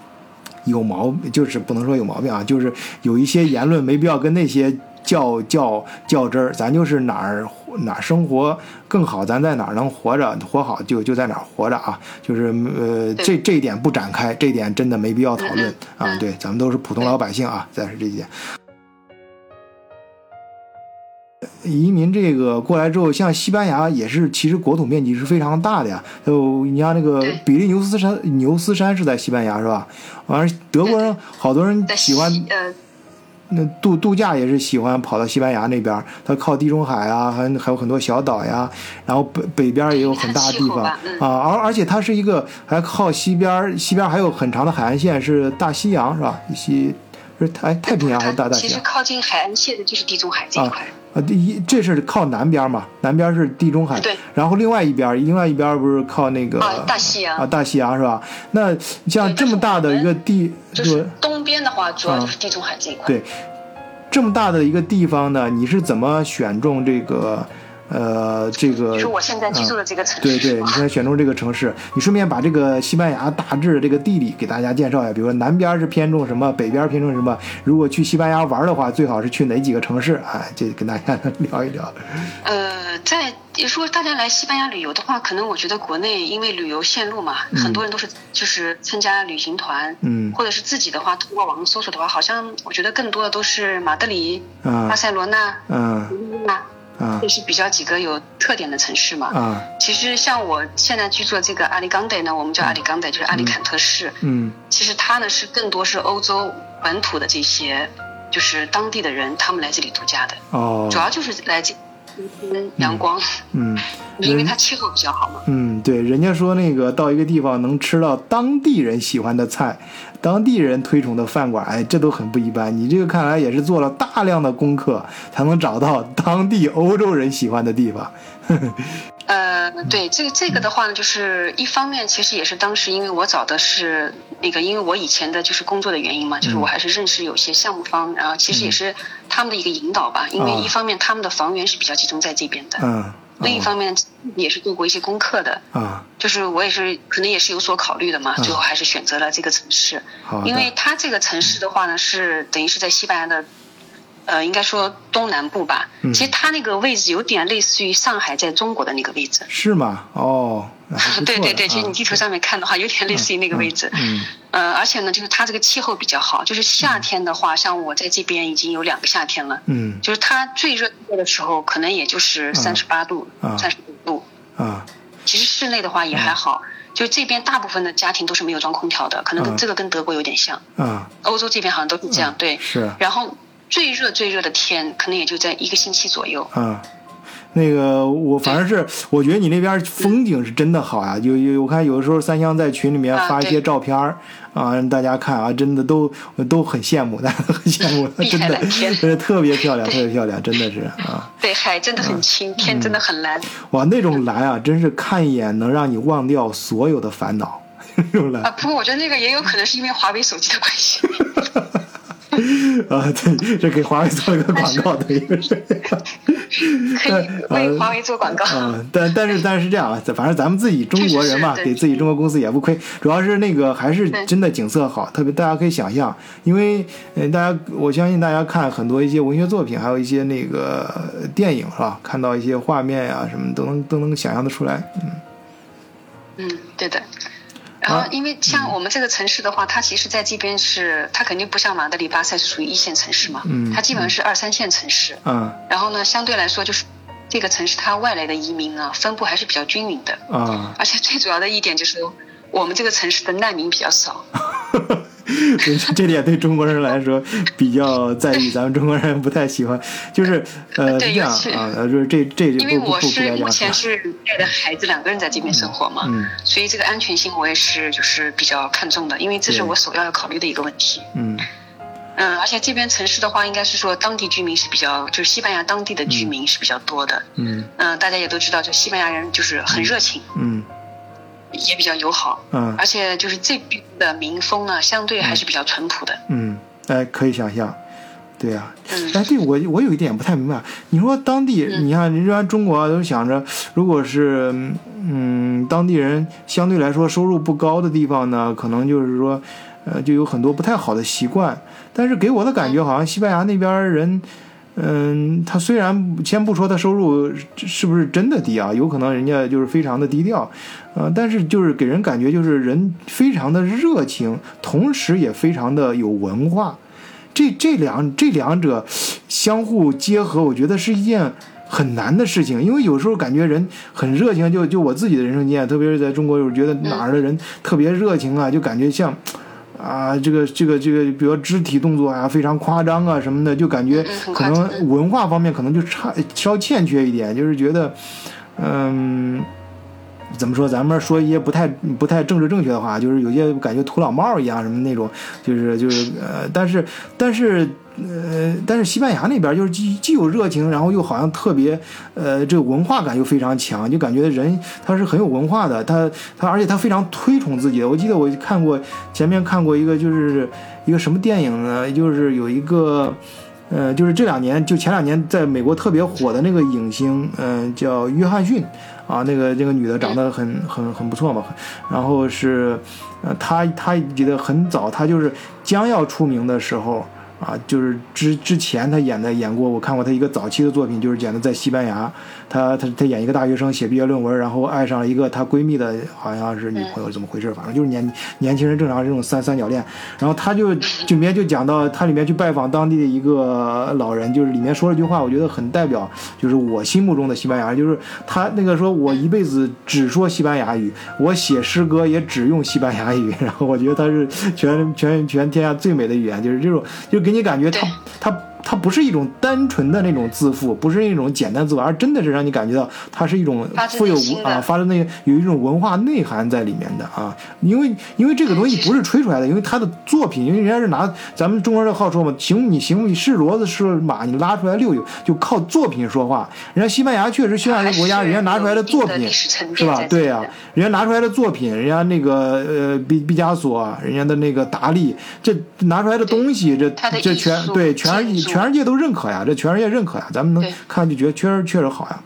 就是不能说有毛病啊，就是有一些言论没必要跟那些较真儿。咱就是哪儿生活更好，咱在哪儿能活好就在哪儿活着啊。就是这一点不展开，这一点真的没必要讨论啊。对，咱们都是普通老百姓啊，再是这一点。移民这个过来之后，像西班牙也是，其实国土面积是非常大的呀。你像那个比利牛斯山是在西班牙是吧？完了，德国人好多人喜欢那度假也是喜欢跑到西班牙那边，它靠地中海啊，还有很多小岛呀，然后北边也有很大的地方啊，而且它是一个还靠西边还有很长的海岸线，是大西洋是吧？是太平洋还是大西洋？ 其实靠近海岸线的就是地中海这一块。 这是靠南边嘛？南边是地中海，对。然后另外一边不是靠那个大西洋大西洋是吧？那像这么大的一个地， 就是东边的话，主要就是地中海这一块。 对，这么大的一个地方呢，你是怎么选中这个？ 就是我现在居住的这个城市。 对对，你现在选中这个城市，你顺便把这个西班牙大致的这个地理给大家介绍一下，比如说南边是偏重什么，北边偏重什么。如果去西班牙玩的话，最好是去哪几个城市？哎，这跟大家聊一聊。 如果大家来西班牙旅游的话，可能我觉得国内因为旅游线路嘛，很多人都是就是参加旅行团，或者是自己的话通过网络搜索的话，好像我觉得更多的都是马德里、巴塞罗那、这是比较几个有特点的城市嘛。其实像我现在居住的这个阿里冈德呢，我们叫阿里冈德，就是阿里坎特市。其实它呢是更多是欧洲本土的这些，就是当地的人，他们来这里度假的。主要就是来这阳光。因为它气候比较好嘛。 对，人家说那个到一个地方能吃到当地人喜欢的菜，当地人推崇的饭馆，哎，这都很不一般。你这个看来也是做了大量的功课，才能找到当地欧洲人喜欢的地方。 对，这个的话呢，就是一方面其实也是当时因为我找的是那个，因为我以前的就是工作的原因嘛，就是我还是认识有些项目方，然后其实也是他们的一个引导吧。因为一方面他们的房源是比较集中在这边的。另一方面也是做过一些功课的。就是我也是可能也是有所考虑的嘛，最后还是选择了这个城市。因为它这个城市的话呢，是等于是在西班牙的应该说东南部吧。其实它那个位置有点类似于上海在中国的那个位置。 是吗？ 对对对，其实你地图上面看的话，有点类似于那个位置。而且呢，就是它这个气候比较好，就是夏天的话，像我在这边已经有2个夏天了。就是它最热的时候，可能也就是38度、35度。其实室内的话也还好。就这边大部分的家庭都是没有装空调的，可能这个跟德国有点像。欧洲这边好像都是这样。对。是。然后最热的天，可能也就在1个星期左右。 那个我反正是我觉得你那边风景是真的好啊，我看有的时候三香在群里面发一些照片让大家看啊，真的都很羡慕，大家都很羡慕，真的特别漂亮，特别漂亮，真的是对，海真的很清，天真的很蓝。 哇，那种蓝啊，真是看一眼能让你忘掉所有的烦恼。那种蓝不过我觉得那个也有可能是因为华为手机的关系。 对，这给华为做一个广告的一个是， 可以为华为做广告。 但是这样啊，反正咱们自己中国人嘛，给自己中国公司也不亏。主要是那个还是真的景色好，特别大家可以想象，因为我相信大家看很多一些文学作品，还有一些那个电影是吧？看到一些画面呀什么都能想象得出来。 对的。然后因为像我们这个城市的话，它其实在这边它肯定不像马德里、巴塞是属于1线城市嘛。它基本上是2、3线城市。然后呢，相对来说就是这个城市它外来的移民啊分布还是比较均匀的。而且最主要的一点就是我们这个城市的难民比较少。 这点对中国人来说比较在意，咱们中国人不太喜欢，就是对， 这样就是这因为我是目前是带着孩子2个人在这边生活嘛，所以这个安全性我也是就是比较看重的，因为这是我首要考虑的一个问题。而且这边城市的话，应该是说当地居民是比较，就是西班牙当地的居民是比较多的。大家也都知道，就西班牙人就是很热情。也比较友好。而且就是这边的民风呢，相对还是比较淳朴的。 可以想象。对呀。对，我有一点不太明白，你说当地，你看人家中国都想着，如果是当地人相对来说收入不高的地方呢，可能就是说就有很多不太好的习惯。但是给我的感觉好像西班牙那边人他虽然先不说他收入是不是真的低啊，有可能人家就是非常的低调，但是就是给人感觉就是人非常的热情，同时也非常的有文化。这两者相互结合，我觉得是一件很难的事情。因为有时候感觉人很热情，就我自己的人生经验，特别是在中国，我觉得哪儿的人特别热情啊，就感觉像这个，比如肢体动作啊，非常夸张啊什么的，就感觉可能文化方面可能就稍欠缺一点，就是觉得， 怎么说？咱们说一些不太政治正确的话，就是有些感觉土老帽一样什么那种，但是西班牙那边就是既有热情，然后又好像特别这个文化感又非常强，就感觉人他是很有文化的，他而且他非常推崇自己的。我记得我前面看过一个就是一个什么电影呢？就是有一个。就是前2年在美国特别火的那个影星，叫约翰逊啊，那个女的长得很不错嘛，然后是，她记得很早，她就是将要出名的时候啊，就是之前她演过，我看过她一个早期的作品，就是演的在西班牙，她演一个大学生写毕业论文，然后爱上了一个她闺蜜的好像是女朋友，怎么回事？反正就是年轻人正常这种三角恋，然后她里面就讲到她里面去拜访当地的一个老人，就是里面说了一句话，我觉得很代表就是我心目中的西班牙，就是她那个说我一辈子只说西班牙语，我写诗歌也只用西班牙语，然后我觉得它是全天下最美的语言，就是这种就给你感觉它不是一种单纯的那种自负，不是一种简单自负，而真的是让你感觉到它是一种富有发自有一种文化内涵在里面的啊。因为这个东西不是吹出来的，因为他的作品，因为人家是拿咱们中国人好说嘛，你是骡子是马，你拉出来溜就靠作品说话。人家西班牙确实西班牙国家，人家拿出来的作品是吧？对呀，人家拿出来的作品，人家那个毕加索，人家的那个达利，这拿出来的东西，这全世界都认可呀，这全世界认可呀，咱们能看就觉得确实好呀，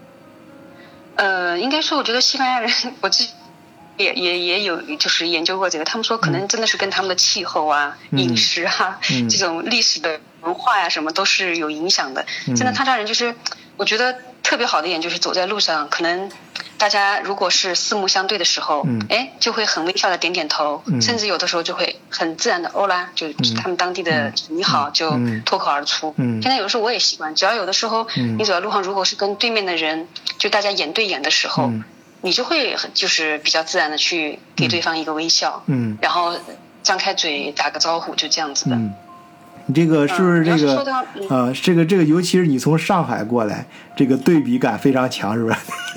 应该说，我觉得西班牙人，我也有就是研究过这个，他们说可能真的是跟他们的气候啊、饮食啊、这种历史的文化呀什么都是有影响的。真的，他家人就是我觉得特别好的一点就是走在路上，可能大家如果是四目相对的时候，就会很微笑的点点头，甚至有的时候就会很自然的欧啦，就他们当地的你好就脱口而出。现在有的时候我也习惯，只要有的时候你走在路上，如果是跟对面的人就大家眼对眼的时候，你就会就是比较自然的去给对方一个微笑，然后张开嘴打个招呼，就这样子的。 你这个是不是这个尤其是你从上海过来，这个对比感非常强，是不是？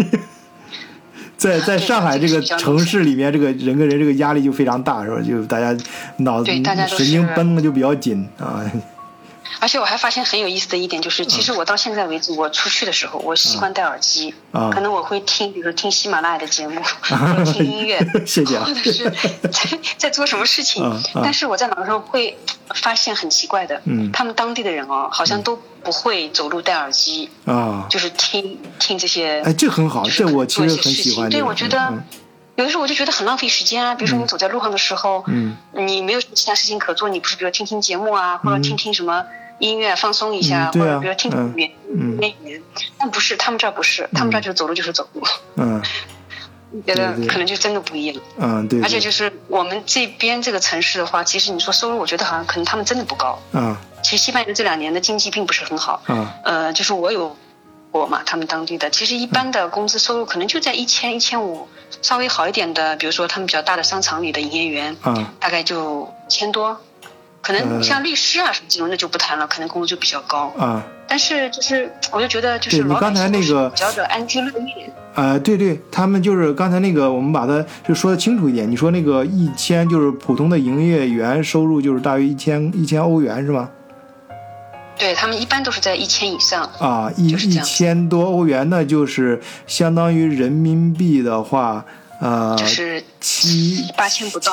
在上海这个城市里面，这个人跟人这个压力就非常大，是吧？就大家脑子神经绷的就比较紧啊。 而且我还发现很有意思的一点就是，其实我到现在为止，我出去的时候，我习惯戴耳机，可能我会听，比如说听喜马拉雅的节目，或者听音乐， 谢谢， 或者是在做什么事情。但是我在网上会发现很奇怪的，他们当地的人好像都不会走路戴耳机就是听这些。 哎，这很好，这我其实很喜欢。 对，我觉得。有的时候我就觉得很浪费时间啊，比如说你走在路上的时候，你没有其他事情可做，你不是比如听听节目啊，或者听什么音乐放松一下，或者比如听语言，但不是，他们这儿不是，他们这儿就是走路就是走路。觉得可能就真的不一样。 对。 而且就是我们这边这个城市的话，其实你说收入，我觉得好像可能他们真的不高。其实西班牙这2年的经济并不是很好。就是我有过嘛，他们当地的，其实一般的工资收入可能就在1000、1500，稍微好一点的，比如说他们比较大的商场里的营业员，大概就1000多。可能像律师啊什么这种那就不谈了，可能工资就比较高。但是就是我就觉得就是老百姓比较的安居乐业。 对，他们就是刚才那个我们把它就说的清楚一点，你说那个1000就是普通的营业员收入就是大约1000欧元是吗？ 对，他们一般都是在1000以上 1000多欧元，那就是相当于人民币的话， 就是7、8千不到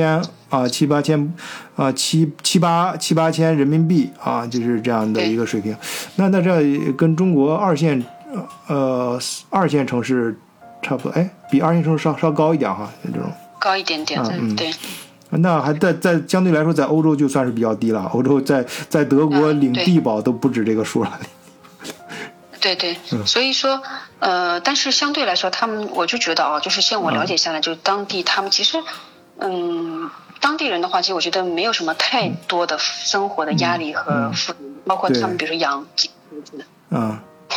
，7、8千人民币啊，就是这样的一个水平。那这跟中国二线城市差不多，比二线城市稍高一点哈，这种高一点点，对。 那还在相对来说，在欧洲就算是比较低了。欧洲在德国领低保都不止这个数了。 对，所以说但是相对来说，他们我就觉得就是像我了解下来，就当地他们其实当地人的话，其实我觉得没有什么太多的生活的压力和负担，包括他们比如说养几个孩子。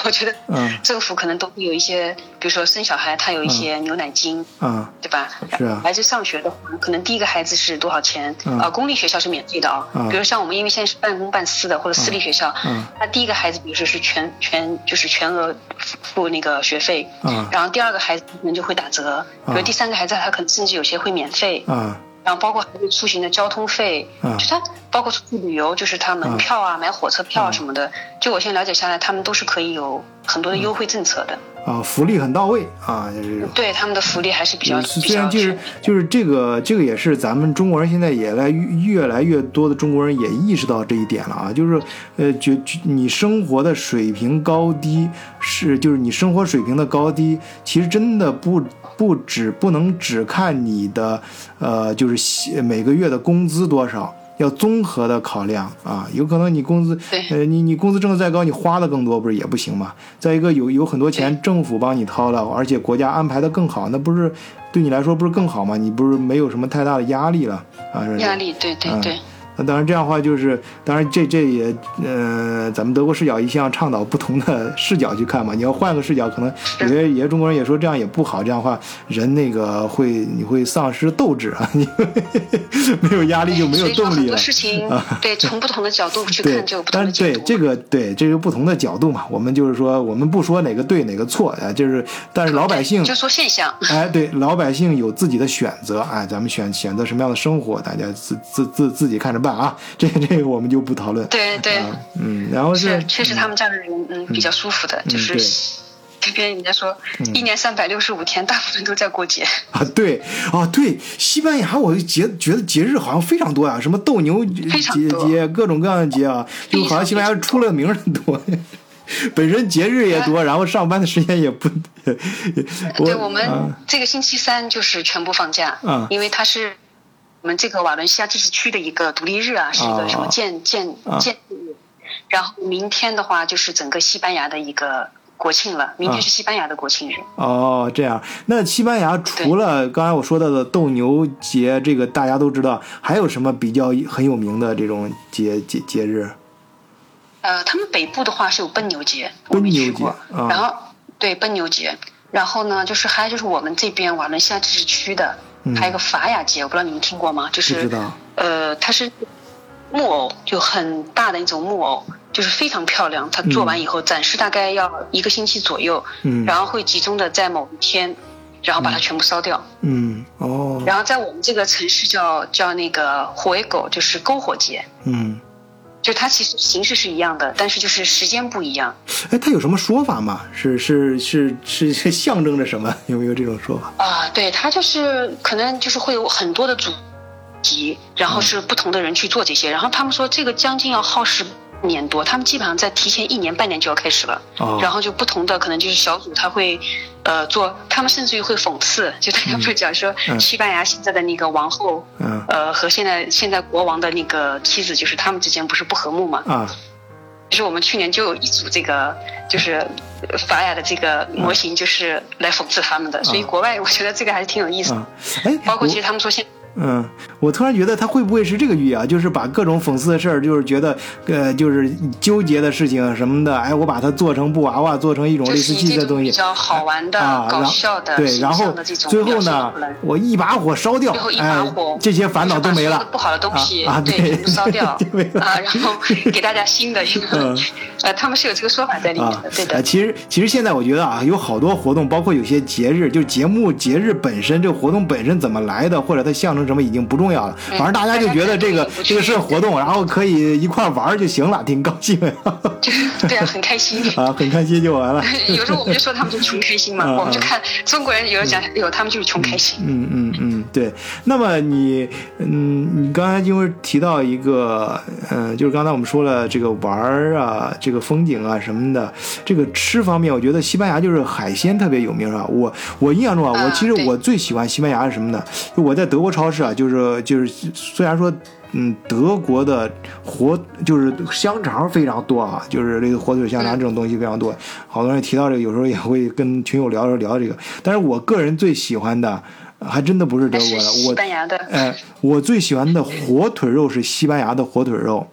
我觉得政府可能都会有一些，比如说生小孩，他有一些牛奶金，对吧？ 是啊。 孩子上学的话，可能第一个孩子是多少钱？公立学校是免费的啊。比如像我们，因为现在是半公半私的或者私立学校，那第一个孩子比如说是全额付那个学费，然后第二个孩子可能就会打折，比如第三个孩子他可能甚至有些会免费，然后包括孩子出行的交通费，就他包括出去旅游，就是他门票啊、买火车票啊什么的，就我现在了解下来，他们都是可以有很多的优惠政策的。 福利很到位啊，就是对他们的福利还是比较。 虽然就是这个也是咱们中国人现在也越来越多的中国人也意识到这一点了啊，就是你生活的水平高低就是你生活水平的高低，其实真的不能只看你的就是每个月的工资多少。要综合的考量啊，有可能你工资你工资挣得再高，你花的更多不是也不行吗？再一个有很多钱政府帮你掏了，而且国家安排的更好，那不是对你来说不是更好吗？你不是没有什么太大的压力了啊？ 压力，对。 那当然这样的话就是当然这也咱们德国视角一向倡导不同的视角去看嘛，你要换个视角，可能有些中国人也说这样也不好，这样的话人你会丧失斗志啊，你没有压力就没有动力了。 很多事情对从不同的角度去看就有不同的角度。 这个不同的角度嘛，我们就是说我们不说哪个对哪个错啊，就是但是老百姓就说现象， 对老百姓有自己的选择，咱们选择什么样的生活，大家自己看着办啊，这个我们就不讨论。 对， 然后是确实他们这样的人比较舒服的，就是这边人家说1年365天大部分都在过节对，西班牙我觉得节日好像非常多呀，什么斗牛节各种各样的节啊，就好像西班牙出了名很多本身节日也多，然后上班的时间也不对，我们这个星期三就是全部放假，因为它是我们这个瓦伦西亚自治区的一个独立日啊，是一个什么建日，然后明天的话就是整个西班牙的一个国庆了，明天是西班牙的国庆日。 这样，那西班牙除了刚才我说到的斗牛节，这个大家都知道，还有什么比较很有名的这种节日？ 他们北部的话是有奔牛节， 奔牛节， 然后对奔牛节，然后呢还有就是我们这边瓦伦西亚自治区的。还有个法雅节，我不知道你们听过吗？就是它是木偶，就很大的那种木偶，就是非常漂亮。它做完以后展示大概要1个星期左右，然后会集中的在某一天，然后把它全部烧掉。然后在我们这个城市叫那个火尾狗，就是篝火节。就它其实形式是一样的，但是就是时间不一样。 它有什么说法吗？是象征着什么？有没有这种说法？ 对，它就是可能就是会有很多的主题，然后是不同的人去做这些，然后他们说这个将近要耗时年多，他们基本上在提前1年半年就要开始了。然后就不同的可能就是小组他会做，他们甚至于会讽刺，就大家会讲说西班牙现在的那个王后和现在国王的那个妻子，就是他们之间不是不和睦嘛。就是我们去年就有一组这个就是法雅的这个模型，就是来讽刺他们的，所以国外我觉得这个还是挺有意思的。包括其实他们说我突然觉得他会不会是这个寓意啊？就是把各种讽刺的事儿，就是觉得就是纠结的事情什么的，我把它做成布娃娃，做成一种类似记的东西， 比较好玩的、搞笑的， 对，然后最后呢，我一把火烧掉， 最后一把火， 这些烦恼都没了， 不好的东西对全部烧掉然后给大家新的一个他们是有这个说法在里面的，对的。 其实现在我觉得有好多活动，包括有些节日，就是节日本身，这个活动本身怎么来的，或者它象征什么已经不重要了，反正大家就觉得这个是活动，然后可以一块玩就行了，挺高兴的。 对很开心很开心就完了。 有时候我们就说他们就穷开心嘛，我们就看中国人有人讲他们就是穷开心。 对。那么你刚才因为提到一个就是刚才我们说了这个玩啊，这个风景啊什么的，这个吃方面，我觉得西班牙就是海鲜特别有名，是吧？我印象中我其实我最喜欢西班牙是什么呢？就我在德国超市就是虽然说德国的就是香肠非常多啊，就是这个火腿香肠这种东西非常多，好多人提到这个，有时候也会跟群友聊这个。但是我个人最喜欢的还真的不是德国的， 西班牙的。 我最喜欢的火腿肉是西班牙的火腿肉。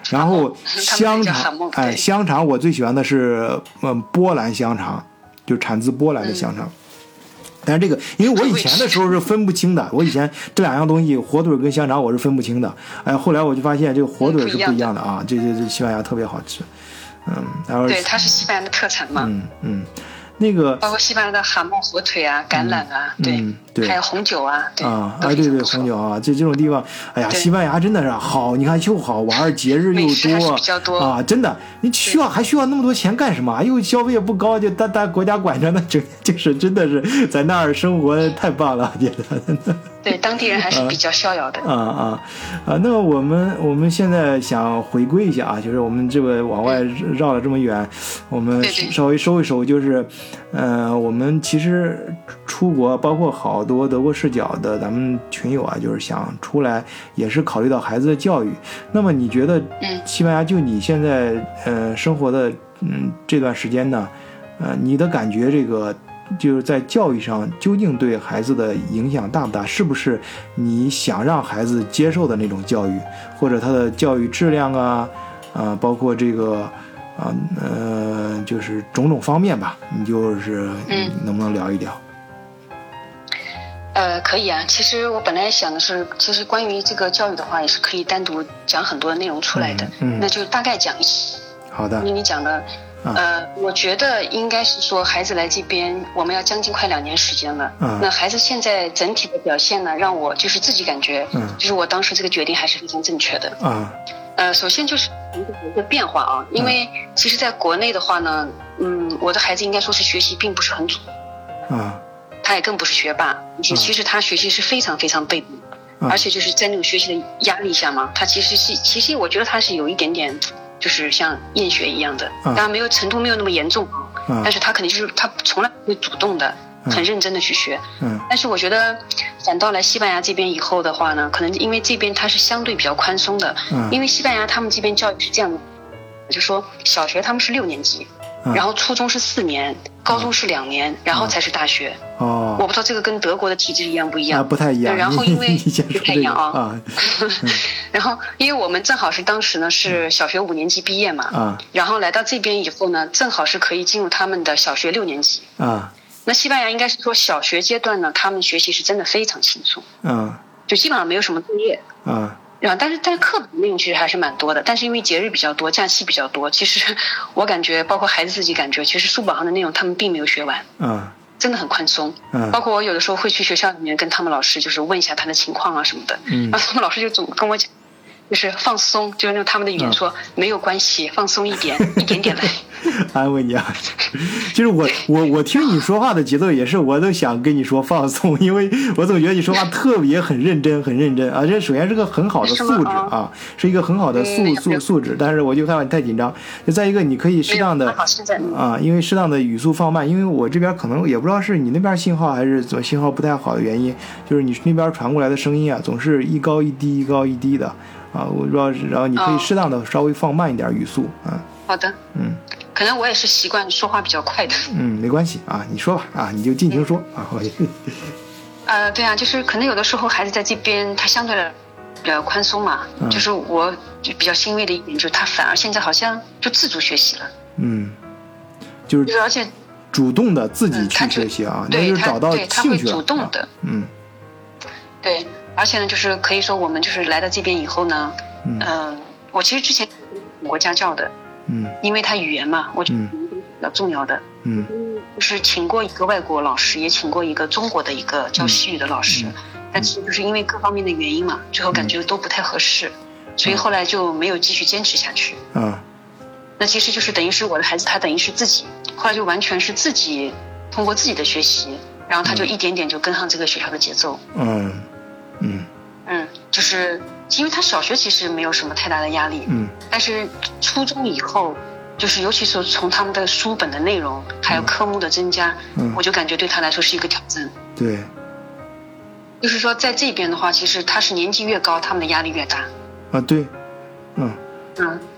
然后香肠，哎，香肠我最喜欢的是波兰香肠，就产自波兰的香肠。但是这个，因为我以前的时候是分不清的，我以前这两样东西，火腿跟香肠我是分不清的。哎，后来我就发现这个火腿是不一样的啊，这西班牙特别好吃。然后对，它是西班牙的特产嘛。 那个包括西班牙的蛤蟆、火腿啊、橄榄啊，对，还有红酒啊，对对，红酒啊，这种地方，哎呀，西班牙真的是好，你看又好玩，节日又多啊，真的，你还需要那么多钱干什么？又消费也不高，就大国家管着，那就是真的是在那儿生活太棒了，我觉得。 对，当地人还是比较逍遥的。 那我们现在想回归一下啊，就是我们这个往外绕了这么远，我们稍微收一收，就是我们其实出国，包括好多德国视角的咱们群友啊，就是想出来，也是考虑到孩子的教育。那么你觉得西班牙就你现在生活的这段时间呢，你的感觉这个就是在教育上究竟对孩子的影响大不大？是不是你想让孩子接受的那种教育，或者他的教育质量啊，包括这个就是种种方面吧，你就是能不能聊一聊？ 可以啊。其实我本来想的是，其实关于这个教育的话，也是可以单独讲很多的内容出来的。那就大概讲一下。 好的。 因为你讲的。我觉得应该是说孩子来这边，我们要将近快2年时间了。那孩子现在整体的表现呢，让我就是自己感觉，就是我当时这个决定还是非常正确的。首先就是一个变化啊，因为其实在国内的话呢，我的孩子应该说是学习并不是很主他也更不是学霸，其实他学习是非常非常被动，而且就是在那种学习的压力下嘛，他其实我觉得他是有一点点。就是像厌学一样的，当然程度没有那么严重，但是他肯定就是他从来不会主动的、很认真的去学。但是我觉得反倒来西班牙这边以后的话呢，可能因为这边它是相对比较宽松的，因为西班牙他们这边教育是这样的，就说小学他们是6年级，然后初中是4年，高中是2年，然后才是大学。我不知道这个跟德国的体制一样不一样？ 不太一样。 然后因为不太一样啊。然后因为我们正好是当时呢是小学5年级毕业嘛，然后来到这边以后呢，正好是可以进入他们的小学6年级。那西班牙应该是说小学阶段呢，他们学习是真的非常轻松。就基本上没有什么作业。然后但是课本内容其实还是蛮多的，但是因为节日比较多，假期比较多，其实我感觉包括孩子自己感觉，其实书本上的内容他们并没有学完。真的很宽松。包括我有的时候会去学校里面跟他们老师就是问一下他的情况啊什么的，然后他们老师就总跟我讲，就是放松，就是用他们的语言说，没有关系，放松一点，一点点来。 安慰你啊，就是我听你说话的节奏也是，我都想跟你说放松，因为我总觉得你说话特别很认真，而且首先是个很好的素质啊，是一个很好的素质，但是我就害怕你太紧张。就再一个，你可以适当的因为适当的语速放慢，因为我这边可能也不知道是你那边信号还是怎么信号不太好的原因，就是你那边传过来的声音啊，总是一高一低，一高一低的啊，我不知道，然后你可以适当的稍微放慢一点语速啊。 好的。可能我也是习惯说话比较快的。 没关系啊，你说吧啊，你就尽情说啊。 对啊，就是可能有的时候孩子在这边他相对来比较宽松嘛，就是我就比较欣慰的一点就是他反而现在好像就自主学习了。 就是而且主动的自己去学习啊，那就是找到兴趣了。 他会主动的。对，而且呢，就是可以说我们就是来到这边以后呢，我其实之前请过家教的。因为他语言嘛，我觉得比较重要的。就是请过一个外国老师，也请过一个中国的一个教西语的老师，但其实就是因为各方面的原因嘛，最后感觉都不太合适，所以后来就没有继续坚持下去。那其实就是等于是我的孩子，他等于是自己，后来就完全是自己通过自己的学习，然后他就一点点就跟上这个学校的节奏。就是因为他小学其实没有什么太大的压力，但是初中以后，就是尤其是从他们的书本的内容还有科目的增加，我就感觉对他来说是一个挑战。 对， 就是说在这边的话，其实他是年纪越高，他们的压力越大。 对，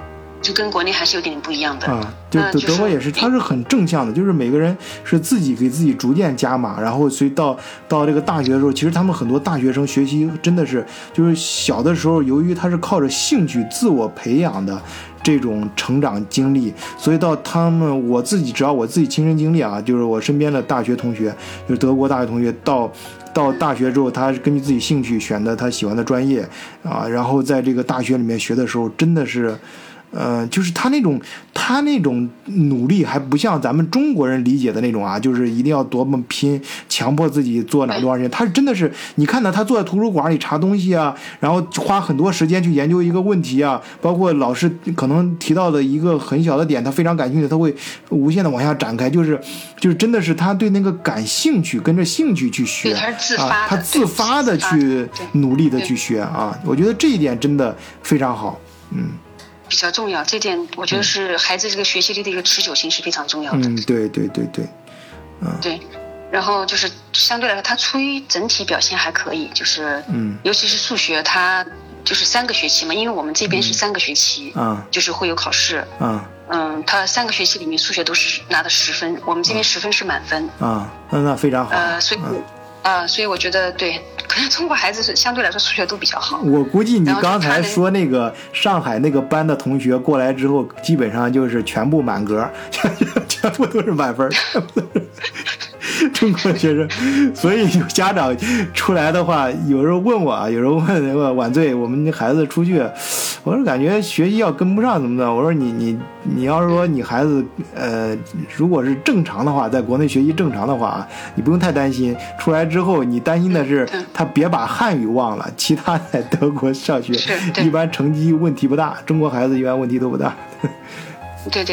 就跟国内还是有点不一样的啊。就德国也是，它是很正向的，就是每个人是自己给自己逐渐加码，然后所以到这个大学的时候，其实他们很多大学生学习真的是就是小的时候，由于他是靠着兴趣自我培养的这种成长经历，所以到他们我自己只要我自己亲身经历啊，就是我身边的大学同学，就是德国大学同学到大学之后，他根据自己兴趣选的他喜欢的专业啊，然后在这个大学里面学的时候，真的是。就是他那种努力还不像咱们中国人理解的那种啊，就是一定要多么拼，强迫自己做多长时间。他真的是，你看他坐在图书馆里查东西啊，然后花很多时间去研究一个问题啊，包括老师可能提到的一个很小的点，他非常感兴趣，他会无限的往下展开，就是真的是他对那个感兴趣，跟着兴趣去学，他自发的去努力的去学啊，我觉得这一点真的非常好， 比较重要，这点我觉得是孩子这个学习力的一个持久性是非常重要的。 对， 对，然后就是相对来说，他初一整体表现还可以，就是尤其是数学，他就是3个学期嘛，因为我们这边是3个学期，就是会有考试，他3个学期里面数学都是拿的10分，我们这边10分是满分， 那非常好， 所以我觉得对，可能中国孩子是相对来说数学都比较好。 我估计你刚才说那个上海那个班的同学过来之后，基本上就是全部满格，全部都是满分。中国学生，所以有家长出来的话，有时候问我，有时候问那个晚醉，我们孩子出去，我说感觉学习要跟不上怎么的，我说你要是说你孩子如果是正常的话，在国内学习正常的话，你不用太担心，出来之后你担心的是他别把汉语忘了，其他在德国上学一般成绩问题不大，中国孩子一般问题都不大。 对，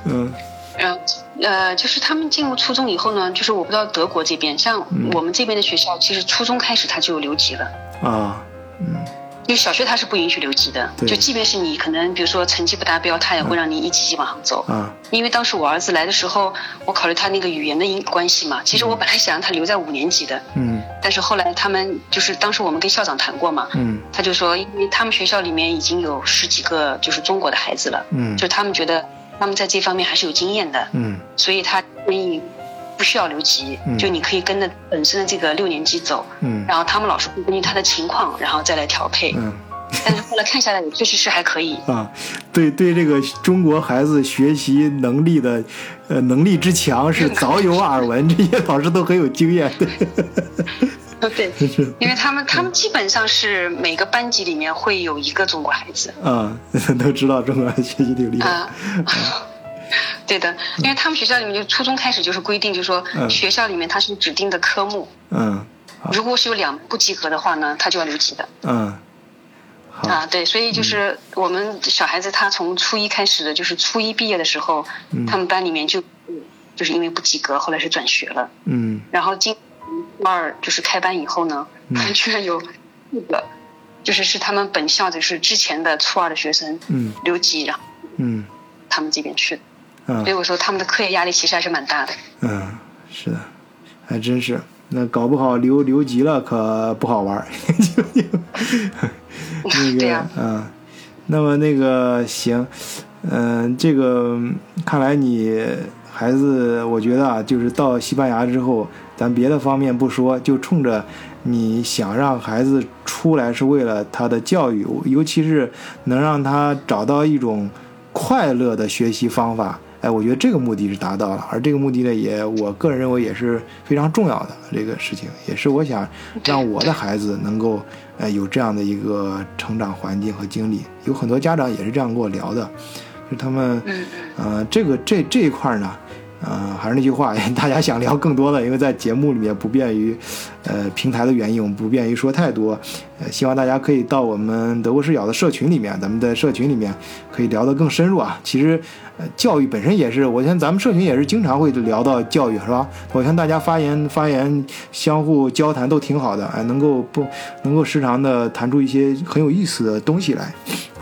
就是他们进入初中以后呢，就是我不知道德国这边，像我们这边的学校，其实初中开始他就有留级了因为小学他是不允许留级的，就即便是你可能比如说成绩不达标，他也会让你一级级往上走因为当时我儿子来的时候，我考虑他那个语言的关系嘛，其实我本来想让他留在5年级的但是后来他们就是当时我们跟校长谈过嘛他就说因为他们学校里面已经有10几个就是中国的孩子了就他们觉得他们在这方面还是有经验的所以他建议不需要留级就你可以跟着本身的这个6年级走然后他们老师会根据他的情况然后再来调配但是后来看下来也确实是还可以对这个中国孩子学习能力的能力之强是早有耳闻这些老师都很有经验对，因为他们基本上是每个班级里面会有1个中国孩子都知道中国孩子学习挺厉害对的，因为他们学校里面就初中开始就是规定，就是说学校里面它是指定的科目如果是有2不及格的话呢，他就要留级的对，所以就是我们小孩子他从初一开始的，就是初一毕业的时候他们班里面就是因为不及格后来是转学了然后初2就是开班以后呢居然有4个就是他们本校就是之前的初2的学生留级然后他们这边去的所以我说他们的课业压力其实还是蛮大的是的，还真是，那搞不好留级了可不好玩对呀那么那个行这个看来你孩子我觉得就是到西班牙之后咱别的方面不说，就冲着你想让孩子出来是为了他的教育，尤其是能让他找到一种快乐的学习方法我觉得这个目的是达到了，而这个目的呢我个人认为也是非常重要的这个事情，也是我想让我的孩子能够有这样的一个成长环境和经历，有很多家长也是这样跟我聊的，就他们这一块呢还是那句话，大家想聊更多的，因为在节目里面不便于平台的原因，我们不便于说太多希望大家可以到我们德国视角的社群里面，咱们在社群里面可以聊得更深入其实教育本身也是，我想咱们社群也是经常会聊到教育，是吧？我看大家发言相互交谈都挺好的能够时常的谈出一些很有意思的东西来，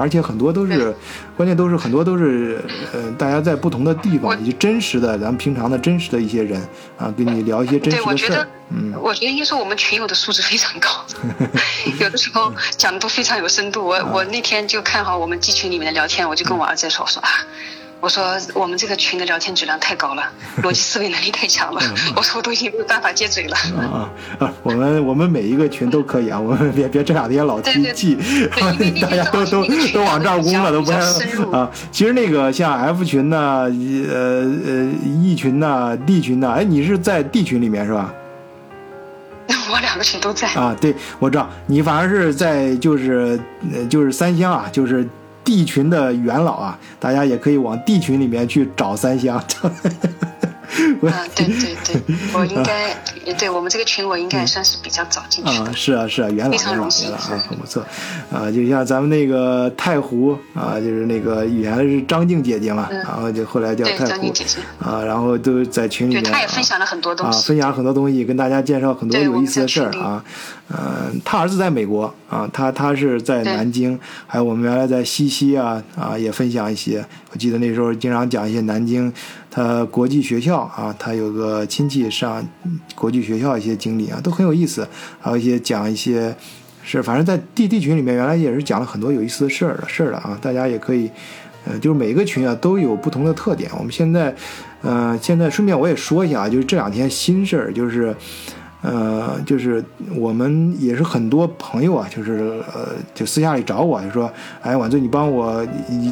而且很多都是，关键都是很多都是大家在不同的地方以及真实的咱们平常的真实的一些人啊，跟你聊一些真实的事儿。 我觉得应该说我们群友的素质非常高，有的时候讲的都非常有深度。我那天就看好我们G群里面的聊天，我就跟我儿子说，我说我们这个群的聊天质量太高了，逻辑思维能力太强了。我说我都已经没有办法接嘴了。 我们每一个群都可以啊，我们别这两天老提气，大家都往这儿攻了，都不太啊。其实那个像 F 群呐、E 群呐、D 群呐，哎，你是在 D 群里面是吧？ 我两个群都在啊，对，我知道你反而是在就是三香啊，就是。D 群的元老啊，大家也可以往 D 群里面去找三香。 对，我应该对我们这个群，我应该算是比较早进去的。 是啊，元老啊，很不错啊。就像咱们那个太湖啊，就是那个原来是张静姐姐嘛，然后就后来叫太湖啊，然后都在群里面。 对，她也分享了很多东西， 分享很多东西，跟大家介绍很多有意思的事儿啊。他儿子在美国啊，他是在南京，还有我们原来在西溪啊也分享一些。我记得那时候经常讲一些南京他国际学校啊，他有个亲戚上国际学校一些经历啊，都很有意思。还有一些讲一些是，反正在地群里面原来也是讲了很多有意思的事儿的啊，大家也可以。就是每一个群啊都有不同的特点。我们现在顺便我也说一下啊，就是这两天新事儿，就是我们也是很多朋友啊，就私下里找我，就说，哎，晚醉你帮我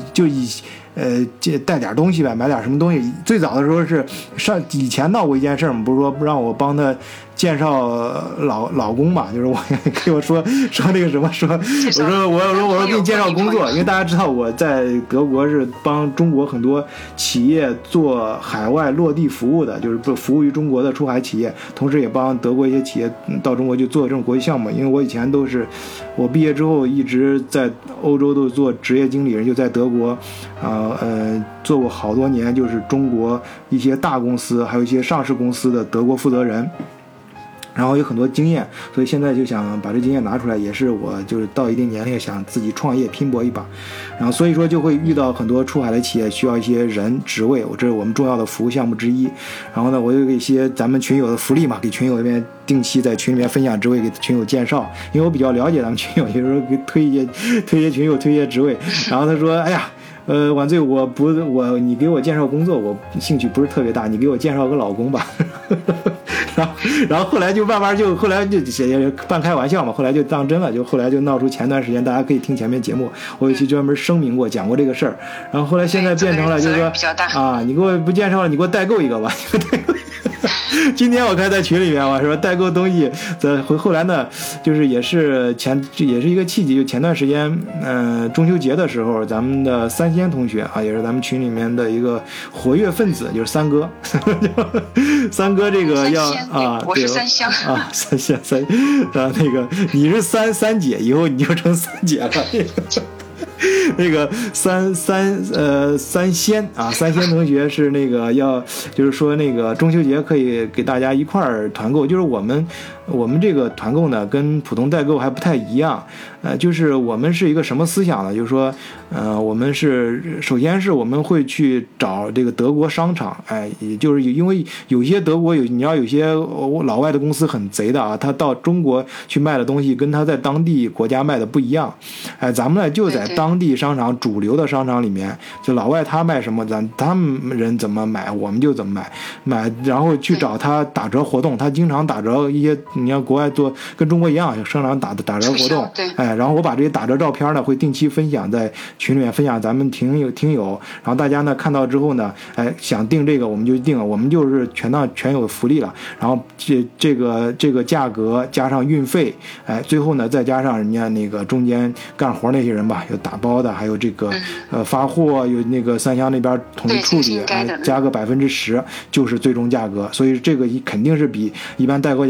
带点东西呗，买点什么东西。最早的时候是以前闹过一件事，不是说不让我帮他介绍老公嘛，就是我给我说那个什么，我说给你介绍工作，因为大家知道我在德国是帮中国很多企业做海外落地服务的，就是服务于中国的出海企业，同时也帮德国一些企业到中国就做这种国际项目。因为我以前都是我毕业之后一直在欧洲都做职业经理人，就在德国做过好多年，就是中国一些大公司还有一些上市公司的德国负责人，然后有很多经验，所以现在就想把这经验拿出来，也是我就是到一定年龄想自己创业拼搏一把，然后所以说就会遇到很多出海的企业需要一些人职位，这是我们重要的服务项目之一。然后呢，我有一些咱们群友的福利嘛，给群友那边定期在群里面分享职位，给群友介绍，因为我比较了解咱们群友，有时候给推一些群友推一些职位，然后他说，哎呀。晚醉，你给我介绍工作，我兴趣不是特别大，你给我介绍个老公吧。然后后来就慢慢后来就半开玩笑嘛，后来就当真了，就后来就闹出前段时间大家可以听前面节目，我有去专门声明过讲过这个事儿，然后后来现在变成了就是说啊，你给我不介绍了，你给我代购一个吧。今天我看在群里面，我说代购东西，后来呢，就是也是一个契机，就前段时间，中秋节的时候，咱们的三仙同学啊，也是咱们群里面的一个活跃分子，就是三哥，三哥这个要啊， 我是三香啊，三那个你是三姐，以后你就成三姐了。那个三仙啊，三仙同学是那个就是说那个中秋节可以给大家一块儿团购，就是我们这个团购呢跟普通代购还不太一样，就是我们是一个什么思想呢？就是说，我们首先是我们会去找这个德国商场，也就是因为有些德国你要有些老外的公司很贼的啊，他到中国去卖的东西跟他在当地国家卖的不一样，咱们呢就在当地商场主流的商场里面，就老外他卖什么，他们人怎么买，我们就怎么买，然后去找他打折活动，他经常打折一些，你像国外做跟中国一样，商场打折活动，然后我把这些打折照片呢会定期分享在群里面，分享咱们听友，然后大家呢看到之后呢，想订这个我们就订，我们就是全有福利了，然后这个价格加上运费，最后呢再加上人家那个中间干活那些人吧，有打包的，还有这个发货，有那个三湘那边统一处理，加个10%就是最终价格，所以这个肯定是比一般代购价，首先价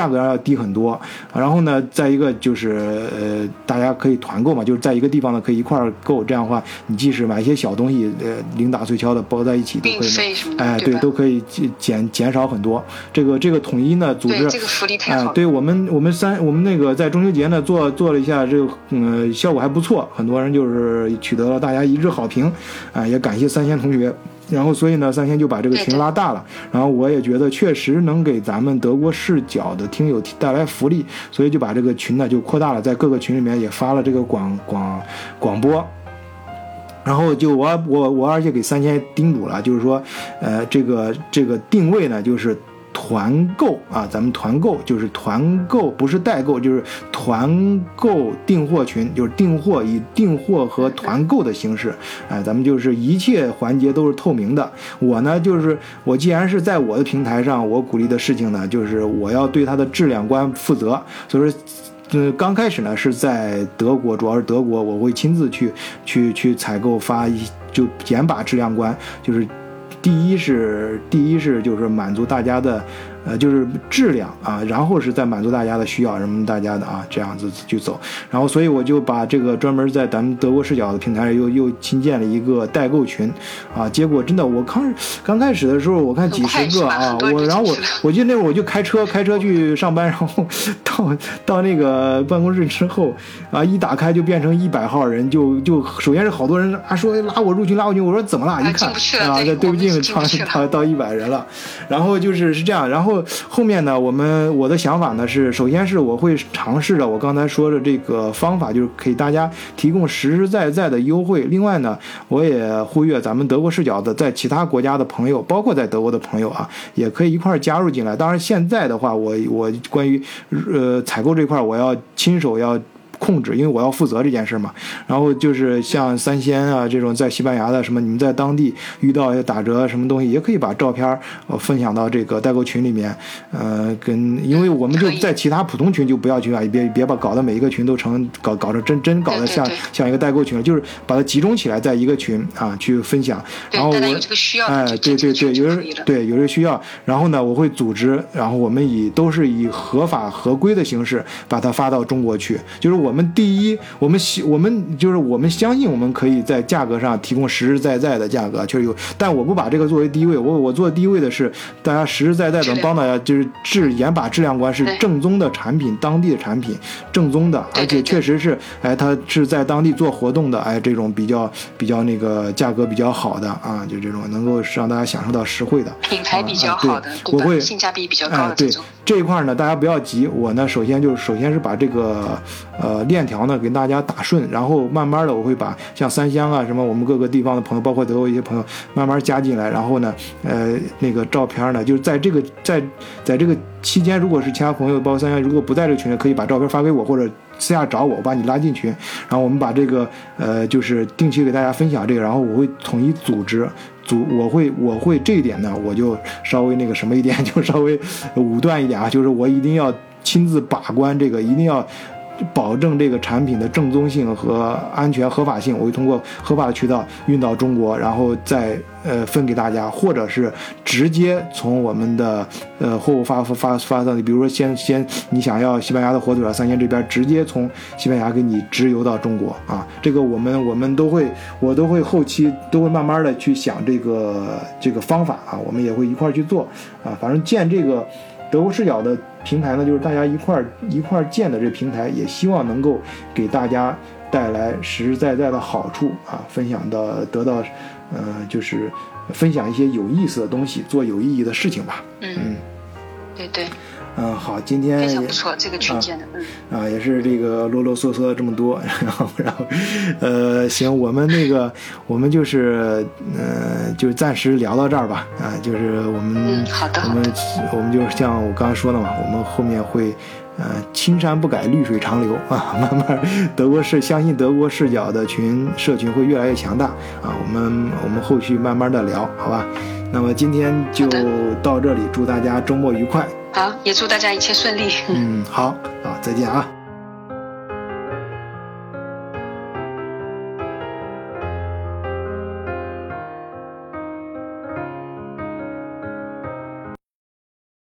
价格上要低很多。然后呢，再一个就是大家可以团购嘛，就是在一个地方呢可以一块儿购，这样的话你即使买一些小东西，零打碎敲的包在一起都可以买，对，都可以减少很多。这个统一呢组织， 这个福利太好了。 对我们那个在中秋节呢做了一下这个效果还不错，很多人就是取得了大家一致好评也感谢三仙同学。然后所以呢，三仙就把这个群拉大了，然后我也觉得确实能给咱们德国视角的听友带来福利，所以就把这个群呢就扩大了，在各个群里面也发了这个广播。然后就我而且给三仙叮嘱了，就是说这个定位呢就是团购啊，咱们团购就是团购，不是代购，就是团购订货群，就是订货以订货和团购的形式，咱们就是一切环节都是透明的。我呢，就是我既然是在我的平台上，我鼓励的事情呢，就是我要对它的质量观负责，所以说。刚开始呢是在德国，主要是德国，我会亲自去采购就严把质量观，就是第一是就是满足大家的就是质量啊，然后是再满足大家的需要，什么大家的这样子去走。然后所以我就把这个专门在咱们德国视角的平台又新建了一个代购群结果真的我刚开始的时候我看几十个我记得那会儿我就开车去上班，然后到那个办公室之后一打开就变成100号人，就首先是好多人说拉我入群，我说怎么了？一看对不进到100人了。然后是这样，然后后面呢，我的想法呢是，首先是我会尝试着我刚才说的这个方法，就是给大家提供实实在在的优惠。另外呢，我也呼吁咱们德国视角的在其他国家的朋友，包括在德国的朋友也可以一块加入进来。当然现在的话，我关于采购这块，我要亲手要控制，因为我要负责这件事嘛。然后就是像三仙这种在西班牙的什么，你们在当地遇到打折什么东西，也可以把照片分享到这个代购群里面。因为我们就在其他普通群就不要去别把搞得每一个群都搞成真搞得像一个代购群，就是把它集中起来在一个群去分享。然后有这个需要对有这个需要，然后呢我会组织，然后我们都是以合法合规的形式把它发到中国去，就是我们我们相信我们可以在价格上提供实实在在的价格，确实有，但我不把这个作为第一位，我做第一位的是大家实实在在的帮大家就是严把质量关，是正宗的产品，当地的产品，正宗的，而且确实是它是在当地做活动的这种比较那个价格比较好的就这种能够让大家享受到实惠的品牌比较好的， 我会性价比比较高的这种。这一块呢，大家不要急，我呢首先是把这个链条呢给大家打顺，然后慢慢的我会把像三湘什么我们各个地方的朋友，包括德国一些朋友慢慢加进来，然后呢那个照片呢就是在这个期间，如果是其他朋友包括三湘如果不在这个群里，可以把照片发给我，或者私下找我把你拉进群，然后我们把这个就是定期给大家分享这个，然后我会统一组织我会这一点呢，我就稍微那个什么一点，就稍微武断一点就是我一定要亲自把关这个，一定要保证这个产品的正宗性和安全合法性，我会通过合法的渠道运到中国，然后再分给大家，或者是直接从我们的货物发到，比如说先你想要西班牙的火腿三仙这边直接从西班牙给你直邮到中国这个我都会后期都会慢慢的去想这个方法我们也会一块去做反正建这个德国视角的平台呢，就是大家一块建的这平台，也希望能够给大家带来实实在在的好处分享得到就是分享一些有意思的东西，做有意义的事情吧。 对。 好，今天非常不错，这个群建的， 也是这个啰啰嗦嗦的这么多，然后行，我们就是就暂时聊到这儿吧，就是我们好的， 我们就像我刚才说的嘛，我们后面会青山不改绿水长流慢慢相信德国视角的社群会越来越强大我们后续慢慢的聊，好吧？那么今天就到这里，祝大家周末愉快。 好，也祝大家一切顺利。 好，再见啊。